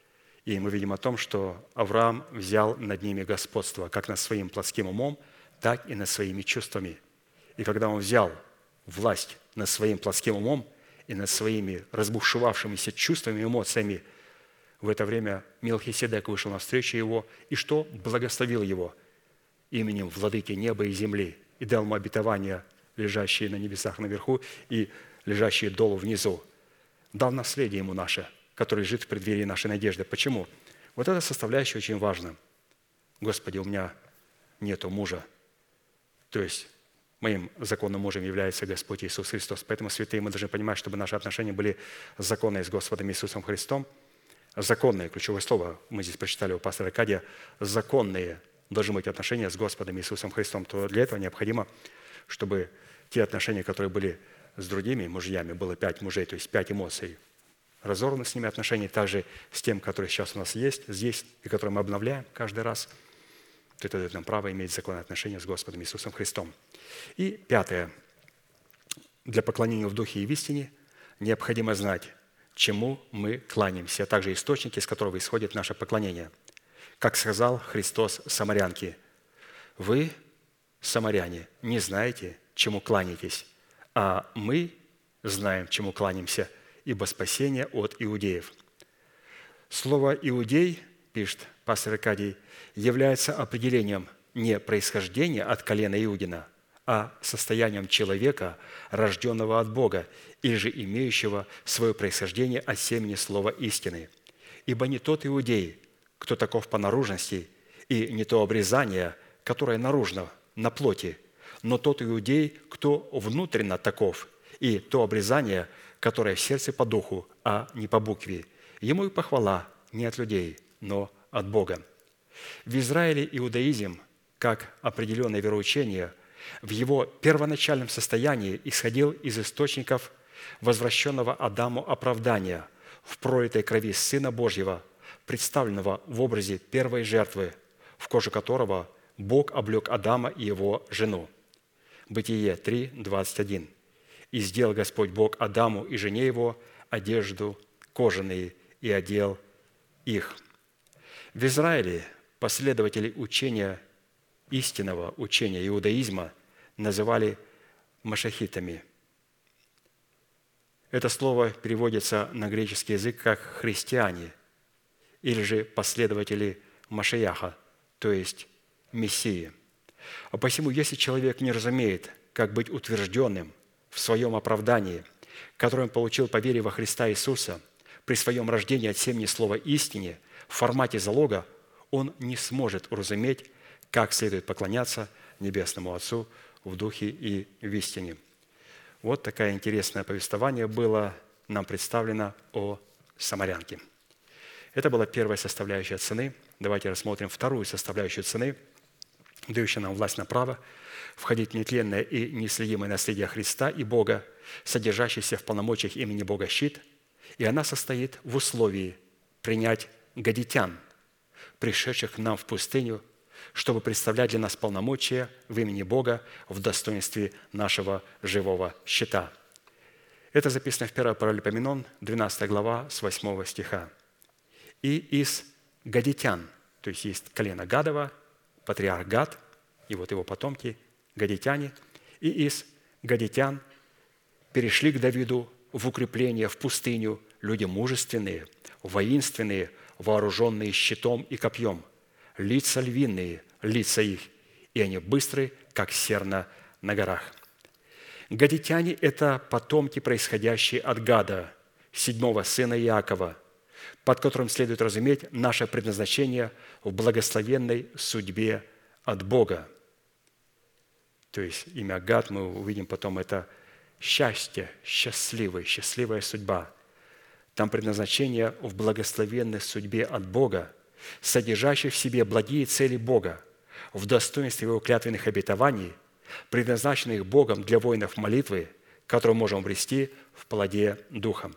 A: И мы видим о том, что Авраам взял над ними господство, как над своим плотским умом, так и над своими чувствами. И когда он взял власть над своим плотским умом и над своими разбушевавшимися чувствами и эмоциями, в это время Мелхиседек вышел навстречу его и что? Благословил его именем Владыки неба и земли и дал ему обетования, лежащие на небесах наверху и лежащие долу внизу. Дал наследие ему наше, который лежит в преддверии нашей надежды. Почему? Вот эта составляющая очень важна. Господи, у меня нету мужа. То есть моим законным мужем является Господь Иисус Христос. Поэтому, святые, мы должны понимать, чтобы наши отношения были законные с Господом Иисусом Христом. Законные, ключевое слово, мы здесь прочитали у пастора Аркадия, законные должны быть отношения с Господом Иисусом Христом. То для этого необходимо, чтобы те отношения, которые были с другими мужьями, было пять мужей, то есть пять эмоций, разорваны с ними отношения, также с тем, который сейчас у нас есть здесь, и который мы обновляем каждый раз, то это дает нам право иметь законные отношения с Господом Иисусом Христом. И пятое. Для поклонения в духе и в истине необходимо знать, чему мы кланяемся, а также источники, из которого исходит наше поклонение. Как сказал Христос самарянке, «Вы, самаряне, не знаете, чему кланяетесь, а мы знаем, чему кланяемся, ибо спасение от иудеев». Слово «иудей», пишет пастор Аркадий, является определением не происхождения от колена Иудина, а состоянием человека, рожденного от Бога, или же имеющего свое происхождение от семени слова истины. Ибо не тот иудей, кто таков по наружности, и не то обрезание, которое наружно, на плоти, но тот иудей, кто внутренно таков, и то обрезание, которое в сердце по духу, а не по букве. Ему и похвала не от людей, но от Бога. В Израиле иудаизм, как определенное вероучение, в его первоначальном состоянии исходил из источников возвращенного Адаму оправдания в пролитой крови Сына Божьего, представленного в образе первой жертвы, в кожу которого Бог облег Адама и его жену. Бытие три, двадцать один. «И сделал Господь Бог Адаму и жене его одежду кожаные, и одел их». В Израиле последователи учения, истинного учения иудаизма называли машахитами. Это слово переводится на греческий язык как «христиане» или же последователи Машияха, то есть Мессии. А посему, если человек не разумеет, как быть утвержденным в своем оправдании, которое он получил по вере во Христа Иисуса, при своем рождении от семени слова истине, в формате залога, он не сможет уразуметь, как следует поклоняться Небесному Отцу в духе и в истине. Вот такое интересное повествование было нам представлено о самарянке. Это была первая составляющая цены. Давайте рассмотрим вторую составляющую цены, дающую нам власть на право входить в нетленное и неследимое наследие Христа и Бога, содержащееся в полномочиях имени Бога щит, и она состоит в условии принять гадитян, пришедших к нам в пустыню, чтобы представлять для нас полномочия в имени Бога в достоинстве нашего живого щита. Это записано в первой Паралипоменон, двенадцатая глава, с восьмого стиха. «И из гадитян», то есть есть колено Гадова, патриарх Гад, и вот его потомки, гадитяне, и из гадитян перешли к Давиду в укрепление, в пустыню, люди мужественные, воинственные, вооруженные щитом и копьем, лица львиные, лица их, и они быстры, как серна на горах». Гадитяне – это потомки, происходящие от Гада, седьмого сына Иакова, под которым следует разуметь наше предназначение в благословенной судьбе от Бога. То есть имя Гад, мы увидим потом, это счастье, счастливый, счастливая судьба. Там предназначение в благословенной судьбе от Бога, содержащей в себе благие цели Бога, в достоинстве Его клятвенных обетований, предназначенных Богом для воинов молитвы, которую можем обрести в плоде Духа.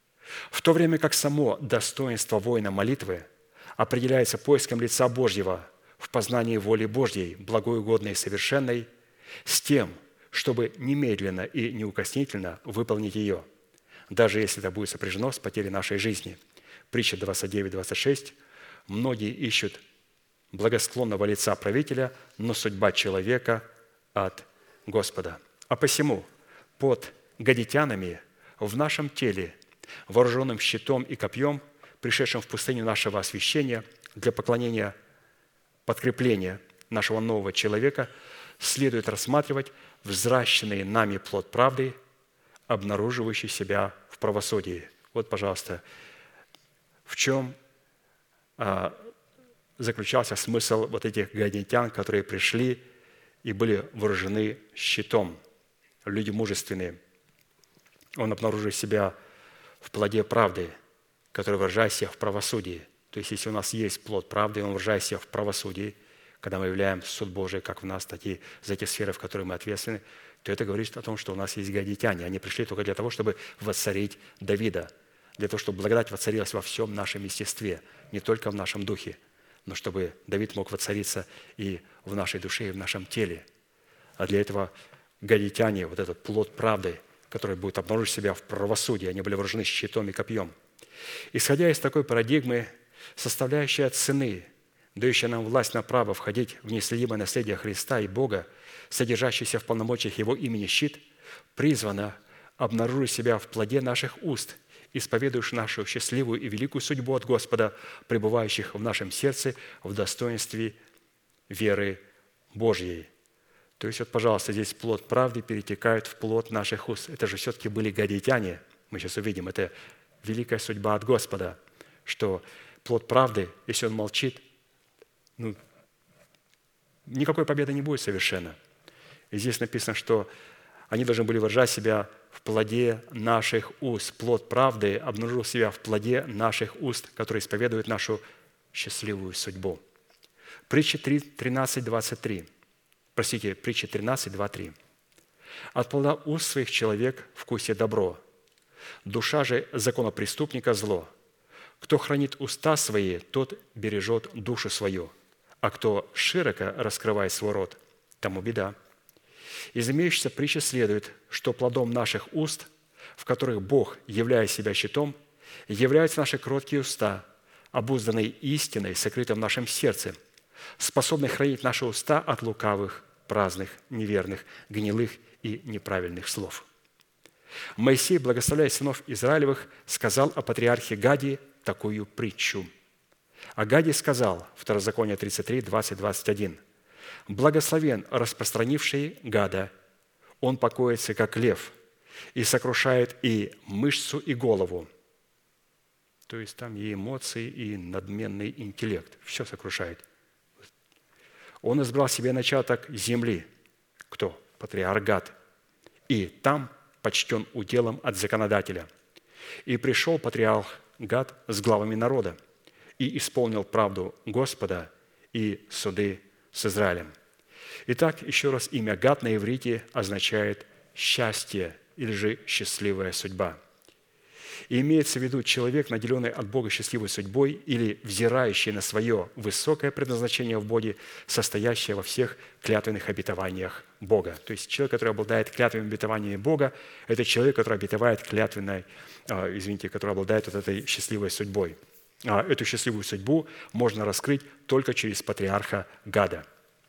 A: В то время как само достоинство воина молитвы определяется поиском лица Божьего в познании воли Божьей, благой, угодной и совершенной, с тем, чтобы немедленно и неукоснительно выполнить ее, даже если это будет сопряжено с потерей нашей жизни. Притча двадцать девять двадцать шесть. «Многие ищут благосклонного лица правителя, но судьба человека от Господа». А посему под гадитянами в нашем теле, вооруженным щитом и копьем, пришедшим в пустыню нашего освящения для поклонения, подкрепления нашего нового человека, следует рассматривать взращенный нами плод правды, обнаруживающий себя в правосудии. Вот, пожалуйста, в чем а, заключался смысл вот этих гадитян, которые пришли и были вооружены щитом. Люди мужественные. Он обнаружил себя в плоде правды, который выражает себя в правосудии. То есть, если у нас есть плод правды, он выражает себя в правосудии, когда мы являем суд Божий, как в нас, так и за те сферы, в которые мы ответственны, то это говорит о том, что у нас есть гадитяне. Они пришли только для того, чтобы воцарить Давида, для того, чтобы благодать воцарилась во всем нашем естестве, не только в нашем духе, но чтобы Давид мог воцариться и в нашей душе, и в нашем теле. А для этого гадитяне, вот этот плод правды, который будет обнаружить себя в правосудии, они были вооружены щитом и копьем. Исходя из такой парадигмы, составляющая цены, дающая нам власть на право входить в неследимое наследие Христа и Бога, содержащийся в полномочиях Его имени щит, призвана обнаружить себя в плоде наших уст, исповедуешь нашу счастливую и великую судьбу от Господа, пребывающих в нашем сердце в достоинстве веры Божьей. То есть, вот, пожалуйста, здесь плод правды перетекает в плод наших уст. Это же все-таки были гадитяне. Мы сейчас увидим, это великая судьба от Господа, что плод правды, если он молчит, ну, никакой победы не будет совершенно. И здесь написано, что они должны были выражать себя в плоде наших уст. Плод правды обнаружил себя в плоде наших уст, который исповедует нашу счастливую судьбу. Притча тринадцать двадцать три. Простите, притча тринадцать, два, три. «От плода уст своих человек вкусит добро, душа же законопреступника зло. Кто хранит уста свои, тот бережет душу свою, а кто широко раскрывает свой рот, тому беда». Из имеющейся притчи следует, что плодом наших уст, в которых Бог, являя себя щитом, являются наши кроткие уста, обузданные истиной, сокрытым в нашем сердце, способные хранить наши уста от лукавых, праздных, неверных, гнилых и неправильных слов. Моисей, благословляя сынов Израилевых, сказал о патриархе Гаде такую притчу. А Гаде сказал, Второзаконие тридцать три, двадцать, двадцать один, «Благословен распространивший Гада, он покоится, как лев, и сокрушает и мышцу, и голову». То есть там и эмоции, и надменный интеллект. Все сокрушает. Он избрал себе начаток земли. Кто? Патриарх Гад. И там почтен уделом от законодателя. И пришел патриарх Гад с главами народа, и исполнил правду Господа и суды с Израилем. Итак, еще раз, имя Гад на иврите означает «счастье» или же «счастливая судьба». И имеется в виду человек, наделенный от Бога счастливой судьбой или взирающий на свое высокое предназначение в Боге, состоящее во всех клятвенных обетованиях Бога. То есть человек, который обладает клятвенными обетованиями Бога, это человек, который обетовает клятвенной, извините, который обладает вот этой счастливой судьбой. А эту счастливую судьбу можно раскрыть только через патриарха Гада.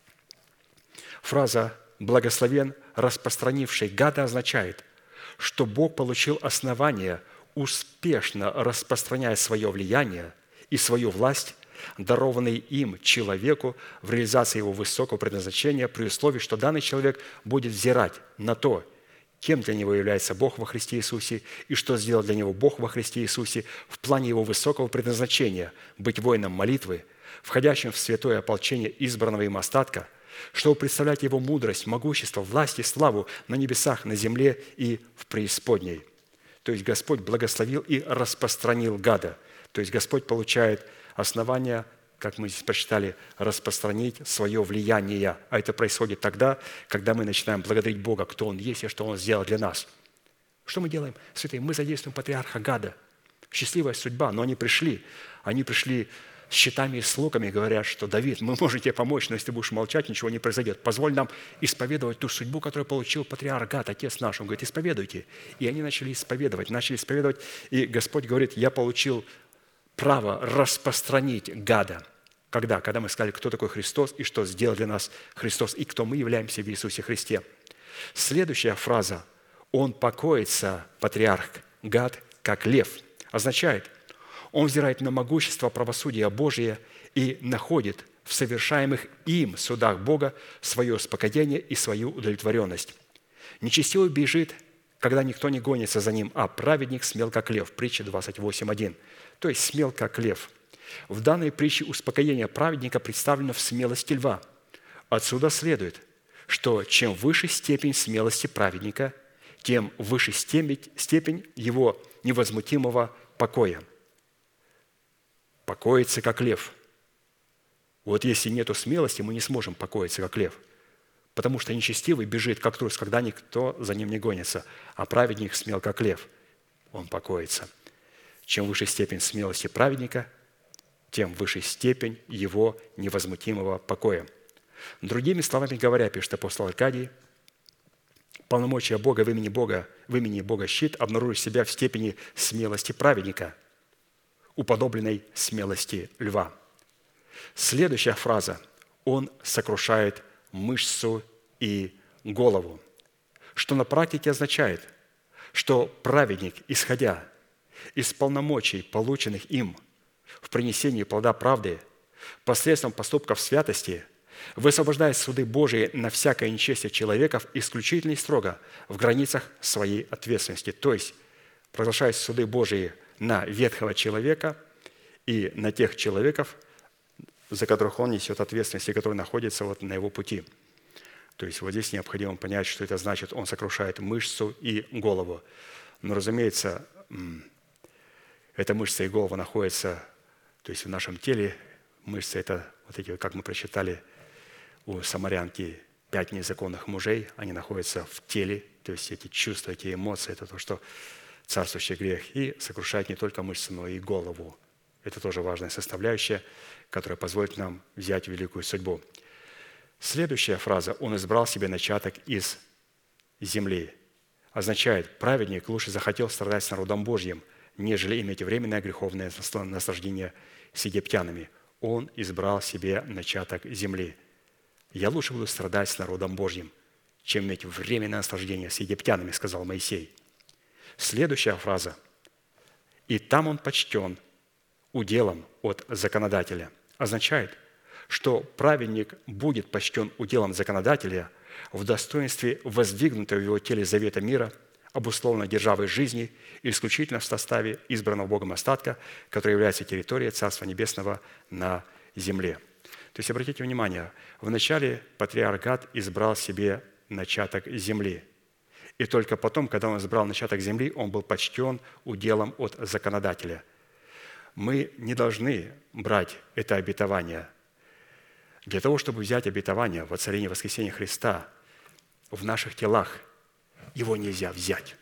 A: Фраза «благословен распространивший Гада» означает, что Бог получил основание, успешно распространяя свое влияние и свою власть, дарованный им человеку в реализации его высокого предназначения, при условии, что данный человек будет взирать на то, кем для него является Бог во Христе Иисусе и что сделал для него Бог во Христе Иисусе в плане его высокого предназначения быть воином молитвы, входящим в святое ополчение избранного им остатка, чтобы представлять его мудрость, могущество, власть и славу на небесах, на земле и в преисподней. То есть Господь благословил и распространил Гада. То есть Господь получает основание, как мы здесь прочитали, распространить свое влияние. А это происходит тогда, когда мы начинаем благодарить Бога, кто Он есть и что Он сделал для нас. Что мы делаем, святые? Мы задействуем патриарха Гада. Счастливая судьба, но они пришли. Они пришли с щитами и с луками, говорят, что «Давид, мы можем тебе помочь, но если ты будешь молчать, ничего не произойдет. Позволь нам исповедовать ту судьбу, которую получил патриарх Гад, отец наш». Он говорит: «Исповедуйте». И они начали исповедовать, начали исповедовать. И Господь говорит: «Я получил право распространить Гада». Когда? Когда мы сказали, кто такой Христос и что сделал для нас Христос, и кто мы являемся в Иисусе Христе. Следующая фраза «Он покоится, патриарх Гад, как лев» означает, он взирает на могущество правосудия Божия и находит в совершаемых им судах Бога свое успокоение и свою удовлетворенность. Нечестивый бежит, когда никто не гонится за ним, а праведник смел, как лев. Притча двадцать восемь один. То есть смел, как лев. В данной притче успокоение праведника представлено в смелости льва. Отсюда следует, что чем выше степень смелости праведника, тем выше степень его невозмутимого покоя. Покоиться, как лев. Вот если нет смелости, мы не сможем покоиться, как лев. Потому что нечестивый бежит, как трус, когда никто за ним не гонится, а праведник смел, как лев. Он покоится. Чем выше степень смелости праведника, тем выше степень его невозмутимого покоя. Другими словами говоря, пишет апостол Аркадий, полномочия Бога в имени Бога, в имени Бога щит обнаружит себя в степени смелости праведника, уподобленной смелости льва. Следующая фраза «Он сокрушает мышцу и голову», что на практике означает, что праведник, исходя из полномочий, полученных им в принесении плода правды, посредством поступков святости, высвобождает суды Божии на всякое нечестие человеков исключительно и строго в границах своей ответственности. То есть провозглашает суды Божии на ветхого человека и на тех человеков, за которых он несет ответственность и которые находятся вот на его пути. То есть вот здесь необходимо понять, что это значит. Он сокрушает мышцу и голову. Но, разумеется, эта мышца и голова находятся, то есть в нашем теле. Мышцы – это вот эти, как мы прочитали у самарянки, пять незаконных мужей, они находятся в теле, то есть эти чувства, эти эмоции, это то, что царствующий грех, и сокрушает не только мышцы, но и голову. Это тоже важная составляющая, которая позволит нам взять великую судьбу. Следующая фраза «Он избрал себе начаток из земли» означает, праведник лучше захотел страдать с народом Божьим, нежели иметь временное греховное наслаждение с египтянами. Он избрал себе начаток земли. «Я лучше буду страдать с народом Божьим, чем иметь временное наслаждение с египтянами», сказал Моисей. Следующая фраза. «И там он почтен уделом от законодателя» означает, что праведник будет почтен уделом законодателя в достоинстве воздвигнутого в его теле завета мира, обусловлено державой жизни и исключительно в составе избранного Богом остатка, который является территорией Царства Небесного на земле. То есть, обратите внимание, вначале патриарх Гад избрал себе начаток земли. И только потом, когда он избрал начаток земли, он был почтен уделом от законодателя. Мы не должны брать это обетование. Для того, чтобы взять обетование воцарения воскресения Христа в наших телах, его нельзя взять.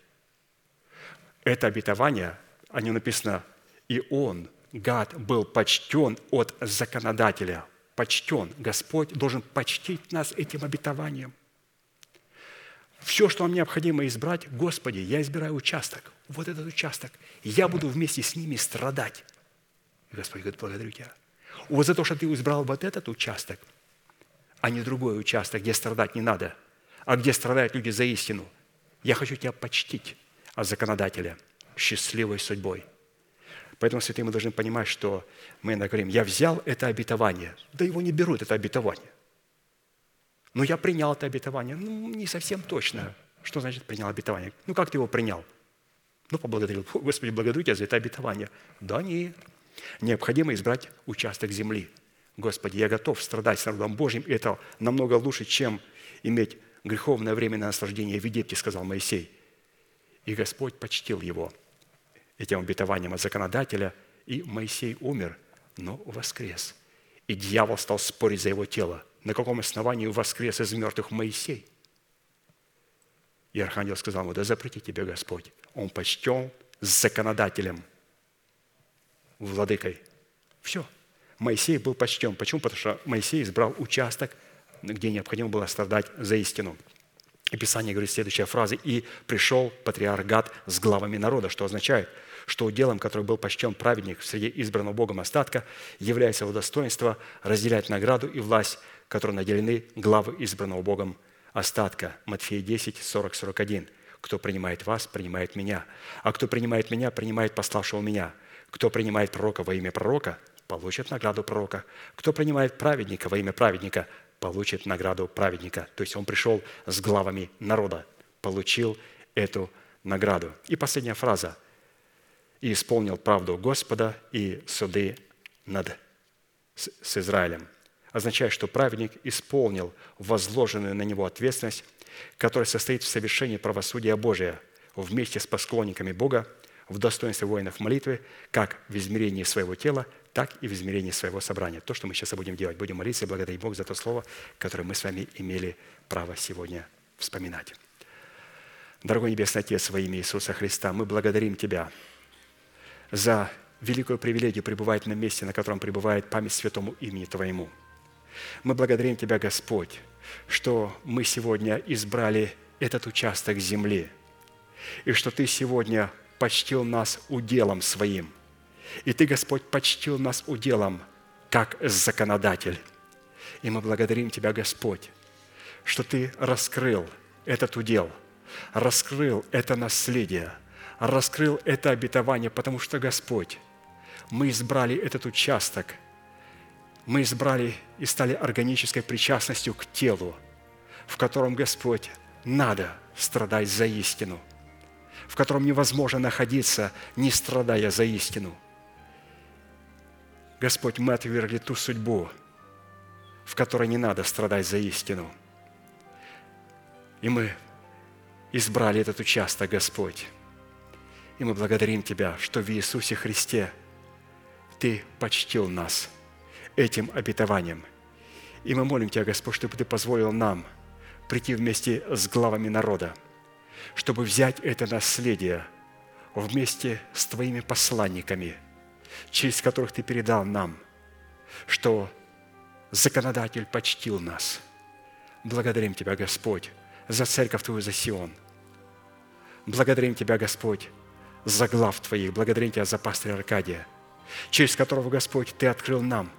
A: Это обетование, о нем написано, «И он, Гад, был почтен от законодателя». Почтен. Господь должен почтить нас этим обетованием. Все, что нам необходимо избрать, Господи, я избираю участок, вот этот участок, я буду вместе с ними страдать. И Господь говорит, благодарю Тебя. Вот за то, что Ты избрал вот этот участок, а не другой участок, где страдать не надо, а где страдают люди за истину. Я хочу Тебя почтить от законодателя счастливой судьбой. Поэтому, святые, мы должны понимать, что мы иногда говорим, я взял это обетование. Да его не берут, это обетование. Но я принял это обетование. Ну, не совсем точно. Что значит принял обетование? Ну, как ты его принял? Ну, поблагодарил. Господи, благодарю Тебя за это обетование. Да нет. Необходимо избрать участок земли. Господи, я готов страдать с народом Божьим, и это намного лучше, чем иметь греховное временное наслаждение в Египте, сказал Моисей. И Господь почтил его этим обетованием от законодателя, и Моисей умер, но воскрес. И дьявол стал спорить за его тело. На каком основании воскрес из мертвых Моисей? И архангел сказал ему, да запрети тебе Господь. Он почтен с законодателем, владыкой. Все. Моисей был почтен. Почему? Потому что Моисей избрал участок, где необходимо было страдать за истину. И Писание говорит следующая фраза. «И пришел патриарх Гад с главами народа», что означает, что уделом, который был почтен праведник среди избранного Богом остатка, является его достоинство разделять награду и власть, которые наделены главы избранного Богом остатка. Матфея десять, сорок, сорок один. «Кто принимает вас, принимает меня. А кто принимает меня, принимает пославшего меня. Кто принимает пророка во имя пророка, получит награду пророка. Кто принимает праведника во имя праведника, получит награду праведника». То есть он пришел с главами народа, получил эту награду. И последняя фраза. «И исполнил правду Господа и суды над с, с Израилем». Означает, что праведник исполнил возложенную на него ответственность, которая состоит в совершении правосудия Божия вместе с поклонниками Бога в достоинстве воинов молитвы, как в измерении своего тела, так и в измерении своего собрания. То, что мы сейчас и будем делать. Будем молиться и благодарить Бога за то слово, которое мы с вами имели право сегодня вспоминать. Дорогой Небесный Отец, во имя Иисуса Христа, мы благодарим Тебя за великую привилегию пребывать на месте, на котором пребывает память святому имени Твоему. Мы благодарим Тебя, Господь, что мы сегодня избрали этот участок земли, и что Ты сегодня почтил нас уделом Своим. И Ты, Господь, почтил нас уделом, как законодатель. И мы благодарим Тебя, Господь, что Ты раскрыл этот удел, раскрыл это наследие, раскрыл это обетование, потому что, Господь, мы избрали этот участок, мы избрали и стали органической причастностью к телу, в котором, Господь, надо страдать за истину, в котором невозможно находиться, не страдая за истину. Господь, мы отвергли ту судьбу, в которой не надо страдать за истину. И мы избрали этот участок, Господь. И мы благодарим Тебя, что в Иисусе Христе Ты почтил нас этим обетованием. И мы молим Тебя, Господь, чтобы Ты позволил нам прийти вместе с главами народа, чтобы взять это наследие вместе с Твоими посланниками, через которых Ты передал нам, что законодатель почтил нас. Благодарим Тебя, Господь, за церковь Твою, за Сион. Благодарим Тебя, Господь, за глав Твоих. Благодарим Тебя за пастыря Аркадия, через которого, Господь, Ты открыл нам,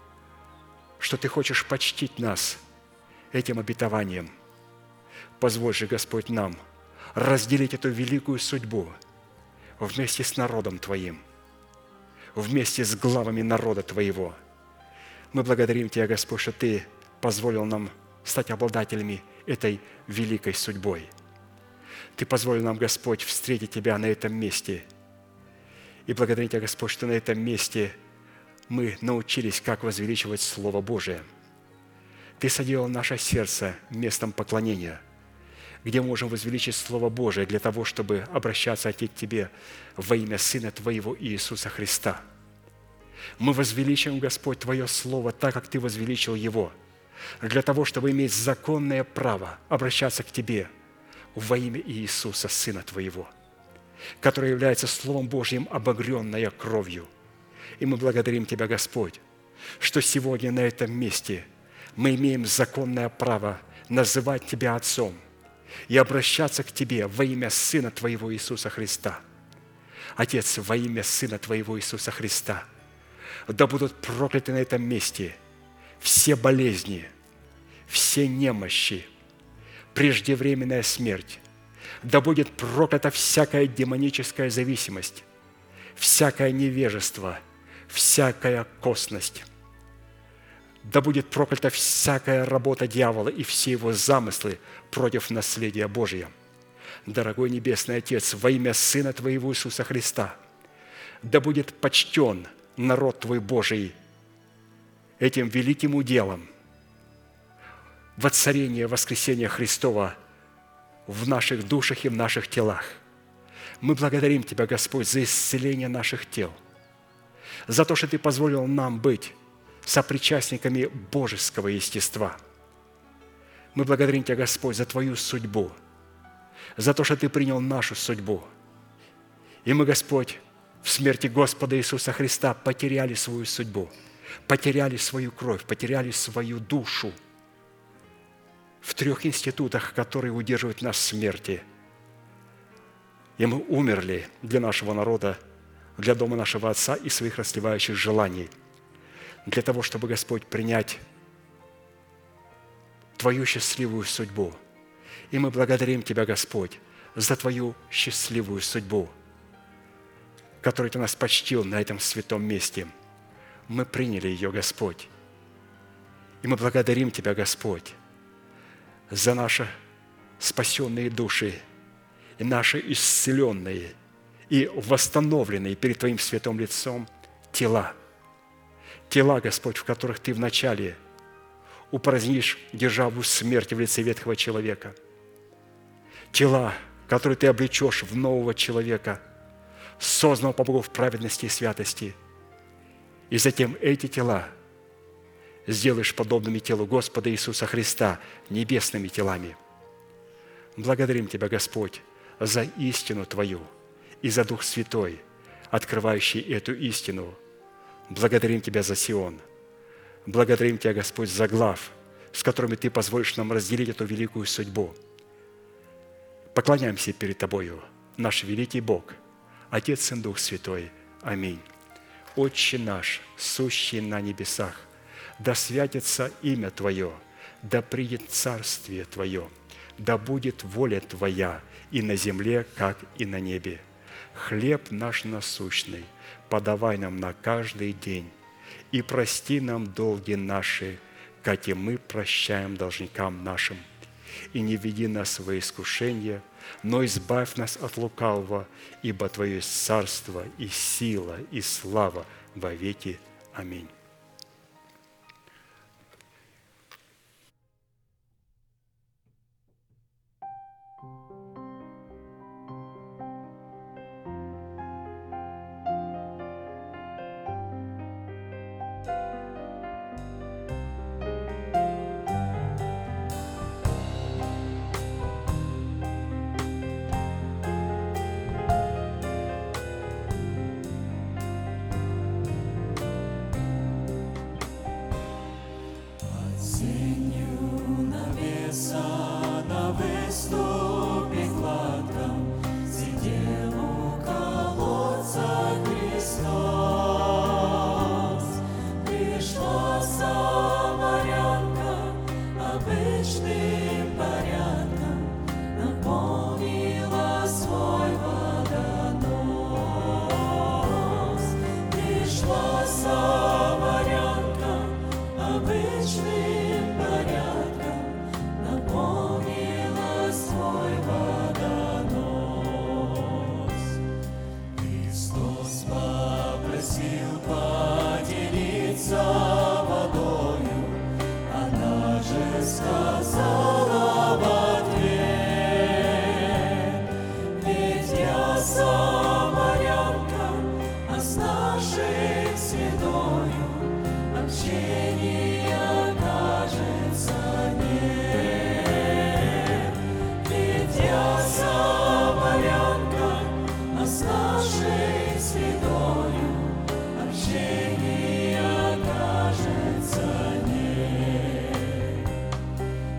A: что Ты хочешь почтить нас этим обетованием. Позволь же, Господь, нам разделить эту великую судьбу вместе с народом Твоим, вместе с главами народа Твоего. Мы благодарим Тебя, Господь, что Ты позволил нам стать обладателями этой великой судьбой. Ты позволил нам, Господь, встретить Тебя на этом месте. И благодарим Тебя, Господь, что на этом месте мы научились, как возвеличивать Слово Божие. Ты соделал наше сердце местом поклонения, где мы можем возвеличить Слово Божие для того, чтобы обращаться к Тебе во имя Сына Твоего Иисуса Христа. Мы возвеличим, Господь, Твое Слово так, как Ты возвеличил его, для того, чтобы иметь законное право обращаться к Тебе во имя Иисуса, Сына Твоего, который является Словом Божьим, обогренное кровью. И мы благодарим Тебя, Господь, что сегодня на этом месте мы имеем законное право называть Тебя Отцом и обращаться к Тебе во имя Сына Твоего Иисуса Христа. Отец, во имя Сына Твоего Иисуса Христа, да будут прокляты на этом месте все болезни, все немощи, преждевременная смерть. Да будет проклята всякая демоническая зависимость, всякое невежество, всякая косность. Да будет проклята всякая работа дьявола и все его замыслы против наследия Божия. Дорогой Небесный Отец, во имя Сына Твоего Иисуса Христа, да будет почтен народ Твой Божий этим великим уделом воцарения воскресения Христова в наших душах и в наших телах. Мы благодарим Тебя, Господь, за исцеление наших тел, за то, что Ты позволил нам быть сопричастниками божеского естества. Мы благодарим Тебя, Господь, за Твою судьбу, за то, что Ты принял нашу судьбу. И мы, Господь, в смерти Господа Иисуса Христа потеряли свою судьбу, потеряли свою кровь, потеряли свою душу в трех институтах, которые удерживают нас в смерти. И мы умерли для нашего народа, для дома нашего Отца и своих расслевающих желаний, для того, чтобы, Господь, принять Твою счастливую судьбу. И мы благодарим Тебя, Господь, за Твою счастливую судьбу, которую Ты нас почтил на этом святом месте. Мы приняли ее, Господь. И мы благодарим Тебя, Господь, за наши спасенные души и наши исцеленные и восстановленные перед Твоим святым лицом тела. Тела, Господь, в которых Ты вначале упразднишь державу смерти в лице ветхого человека. Тела, которые Ты облечешь в нового человека, созданного по Богу в праведности и святости. И затем эти тела сделаешь подобными телу Господа Иисуса Христа, небесными телами. Благодарим Тебя, Господь, за истину Твою и за Дух Святой, открывающий эту истину. Благодарим Тебя за Сион. Благодарим Тебя, Господь, за глав, с которыми Ты позволишь нам разделить эту великую судьбу. Поклоняемся перед Тобою, наш великий Бог, Отец, Сын, Дух Святой. Аминь. Отче наш, сущий на небесах, да святится имя Твое, да придет царствие Твое, да будет воля Твоя и на земле, как и на небе. Хлеб наш насущный подавай нам на каждый день, и прости нам долги наши, как и мы прощаем должникам нашим. И не веди нас во искушение, но избавь нас от лукавого, ибо Твое есть царство и сила и слава во веки. Аминь.
B: Сенью навеса на выступе гладком сидел у колодца Христос. Пришла самарянка обычным порядком, наполнила свой водонос. Пришла самарянка обычным порядком, наполнила свой водонос. Христос попросил поделиться водою, она же сказала в ответ: ведь я самарянка, а с нашей святою общения, кажется, нет. Ведь я самарянка, а с нашей святою общения, кажется, нет.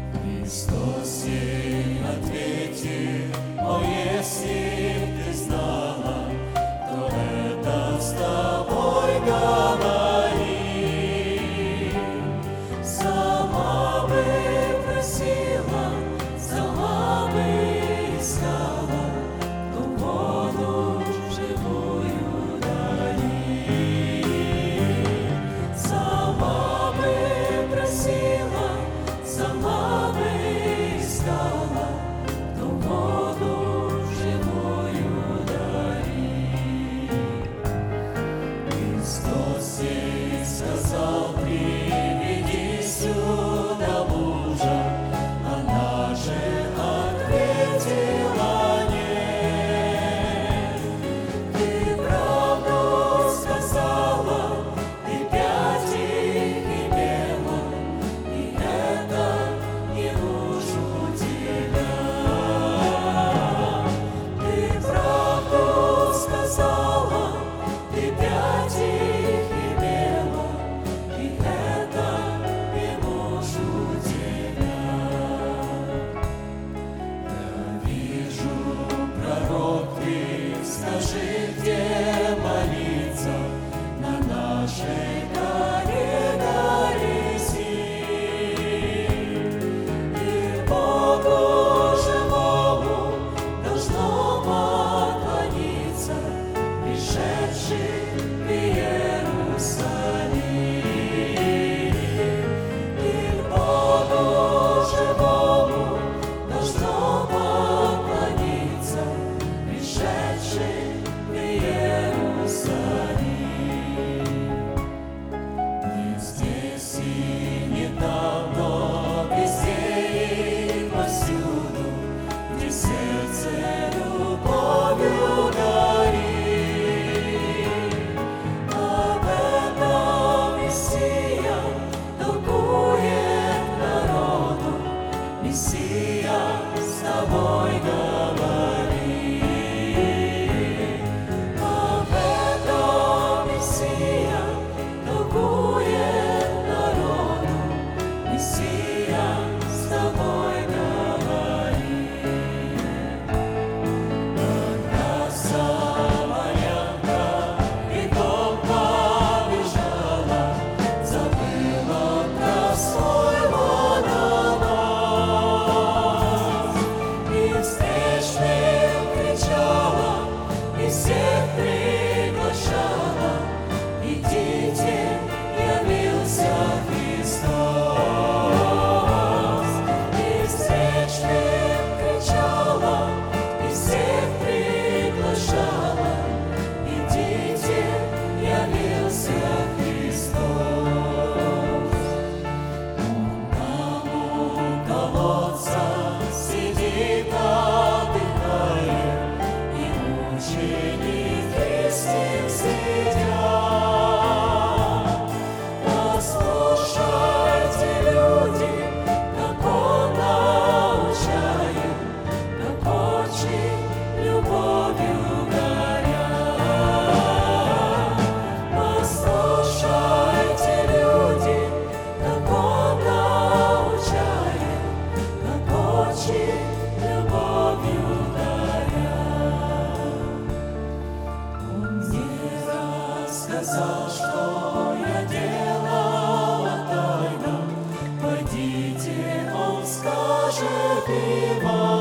B: Идите, Он скажет и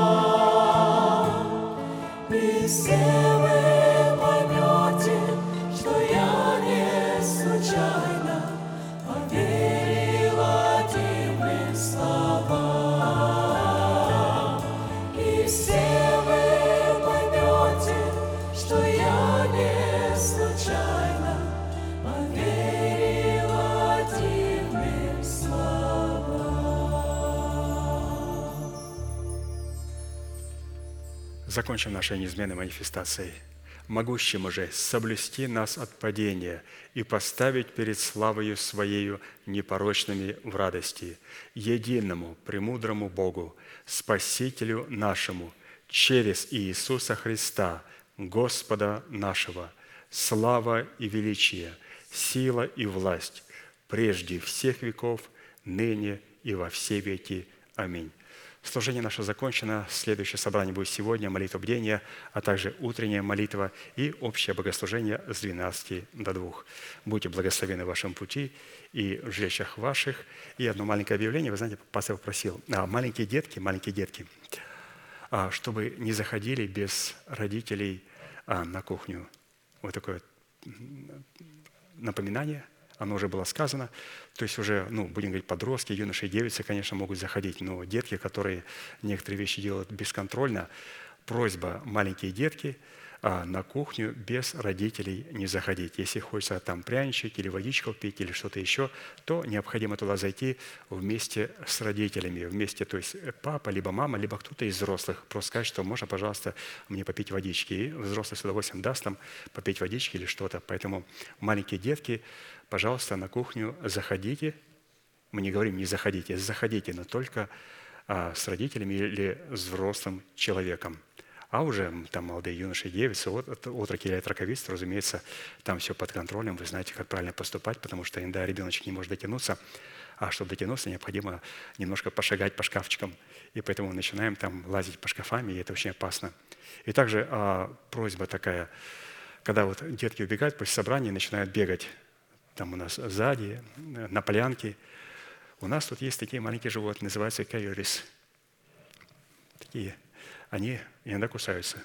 B: вам, и все вы поймете, что я не случайно поверила дивным словам. И все вы поймете, что я не случайно поверила дивным словам.
A: Закончим нашей неизменной манифестацией. Могущему же соблюсти нас от падения и поставить перед славою Своею непорочными в радости, единому, премудрому Богу, Спасителю нашему, через Иисуса Христа, Господа нашего, слава и величие, сила и власть, прежде всех веков, ныне и во все веки. Аминь. Служение наше закончено. Следующее собрание будет сегодня, молитва бдения, а также утренняя молитва и общее богослужение с двенадцати до двух. Будьте благословены в вашем пути и в жилищах ваших. И одно маленькое объявление, вы знаете, пастор попросил. А, маленькие детки, маленькие детки, а, чтобы не заходили без родителей а, на кухню. Вот такое напоминание. Оно уже было сказано. То есть уже, ну, будем говорить, подростки, юноши и девицы, конечно, могут заходить, но детки, которые некоторые вещи делают бесконтрольно, просьба, маленькие детки, а, на кухню без родителей не заходить. Если хочется там пряничек или водичку пить или что-то еще, то необходимо туда зайти вместе с родителями, вместе, то есть папа, либо мама, либо кто-то из взрослых. Просто сказать, что можно, пожалуйста, мне попить водички. И взрослый с удовольствием даст нам попить водички или что-то. Поэтому маленькие детки, пожалуйста, на кухню заходите. Мы не говорим, не заходите, заходите, но только а, с родителями или с взрослым человеком. А уже там молодые юноши и девицы, от, отроки или отроковицы, разумеется, там все под контролем. Вы знаете, как правильно поступать, потому что иногда ребеночек не может дотянуться. А чтобы дотянуться, необходимо немножко пошагать по шкафчикам. И поэтому мы начинаем там лазить по шкафам, и это очень опасно. И также а, просьба такая, когда вот детки убегают после собрания и начинают бегать, там у нас сзади, на полянке. У нас тут есть такие маленькие животные, называются койорис. Такие. Они иногда кусаются.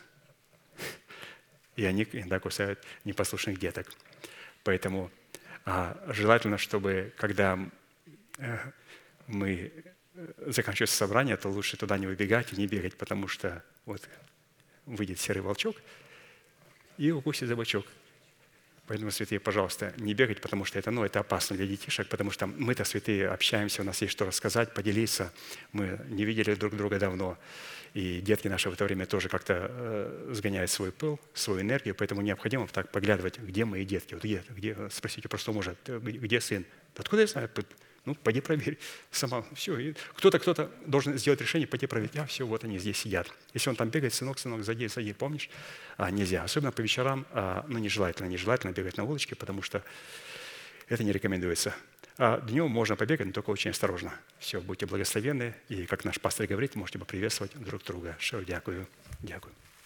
A: И они иногда кусают непослушных деток. Поэтому а, желательно, чтобы когда э, мы заканчиваем собрание, то лучше туда не выбегать и не бегать, потому что вот выйдет серый волчок и укусит за бочок. Поэтому, святые, пожалуйста, не бегать, потому что это, ну, это опасно для детишек, потому что мы-то, святые, общаемся, у нас есть что рассказать, поделиться. Мы не видели друг друга давно, и детки наши в это время тоже как-то э, сгоняют свой пыл, свою энергию, поэтому необходимо так поглядывать, где мои детки. Вот где, где спросите простого мужа, где сын? Откуда я знаю? Ну, пойди проверь сама. Все. И кто-то, кто-то должен сделать решение, пойти проверить. А, все, вот они здесь сидят. Если он там бегает, сынок, сынок, зайди, зайди, помнишь? А, нельзя. Особенно по вечерам, а, ну, нежелательно, нежелательно бегать на улочке, потому что это не рекомендуется. А днем можно побегать, но только очень осторожно. Все, будьте благословенны. И, как наш пастор говорит, можете поприветствовать друг друга. Шо, дякую. Дякую.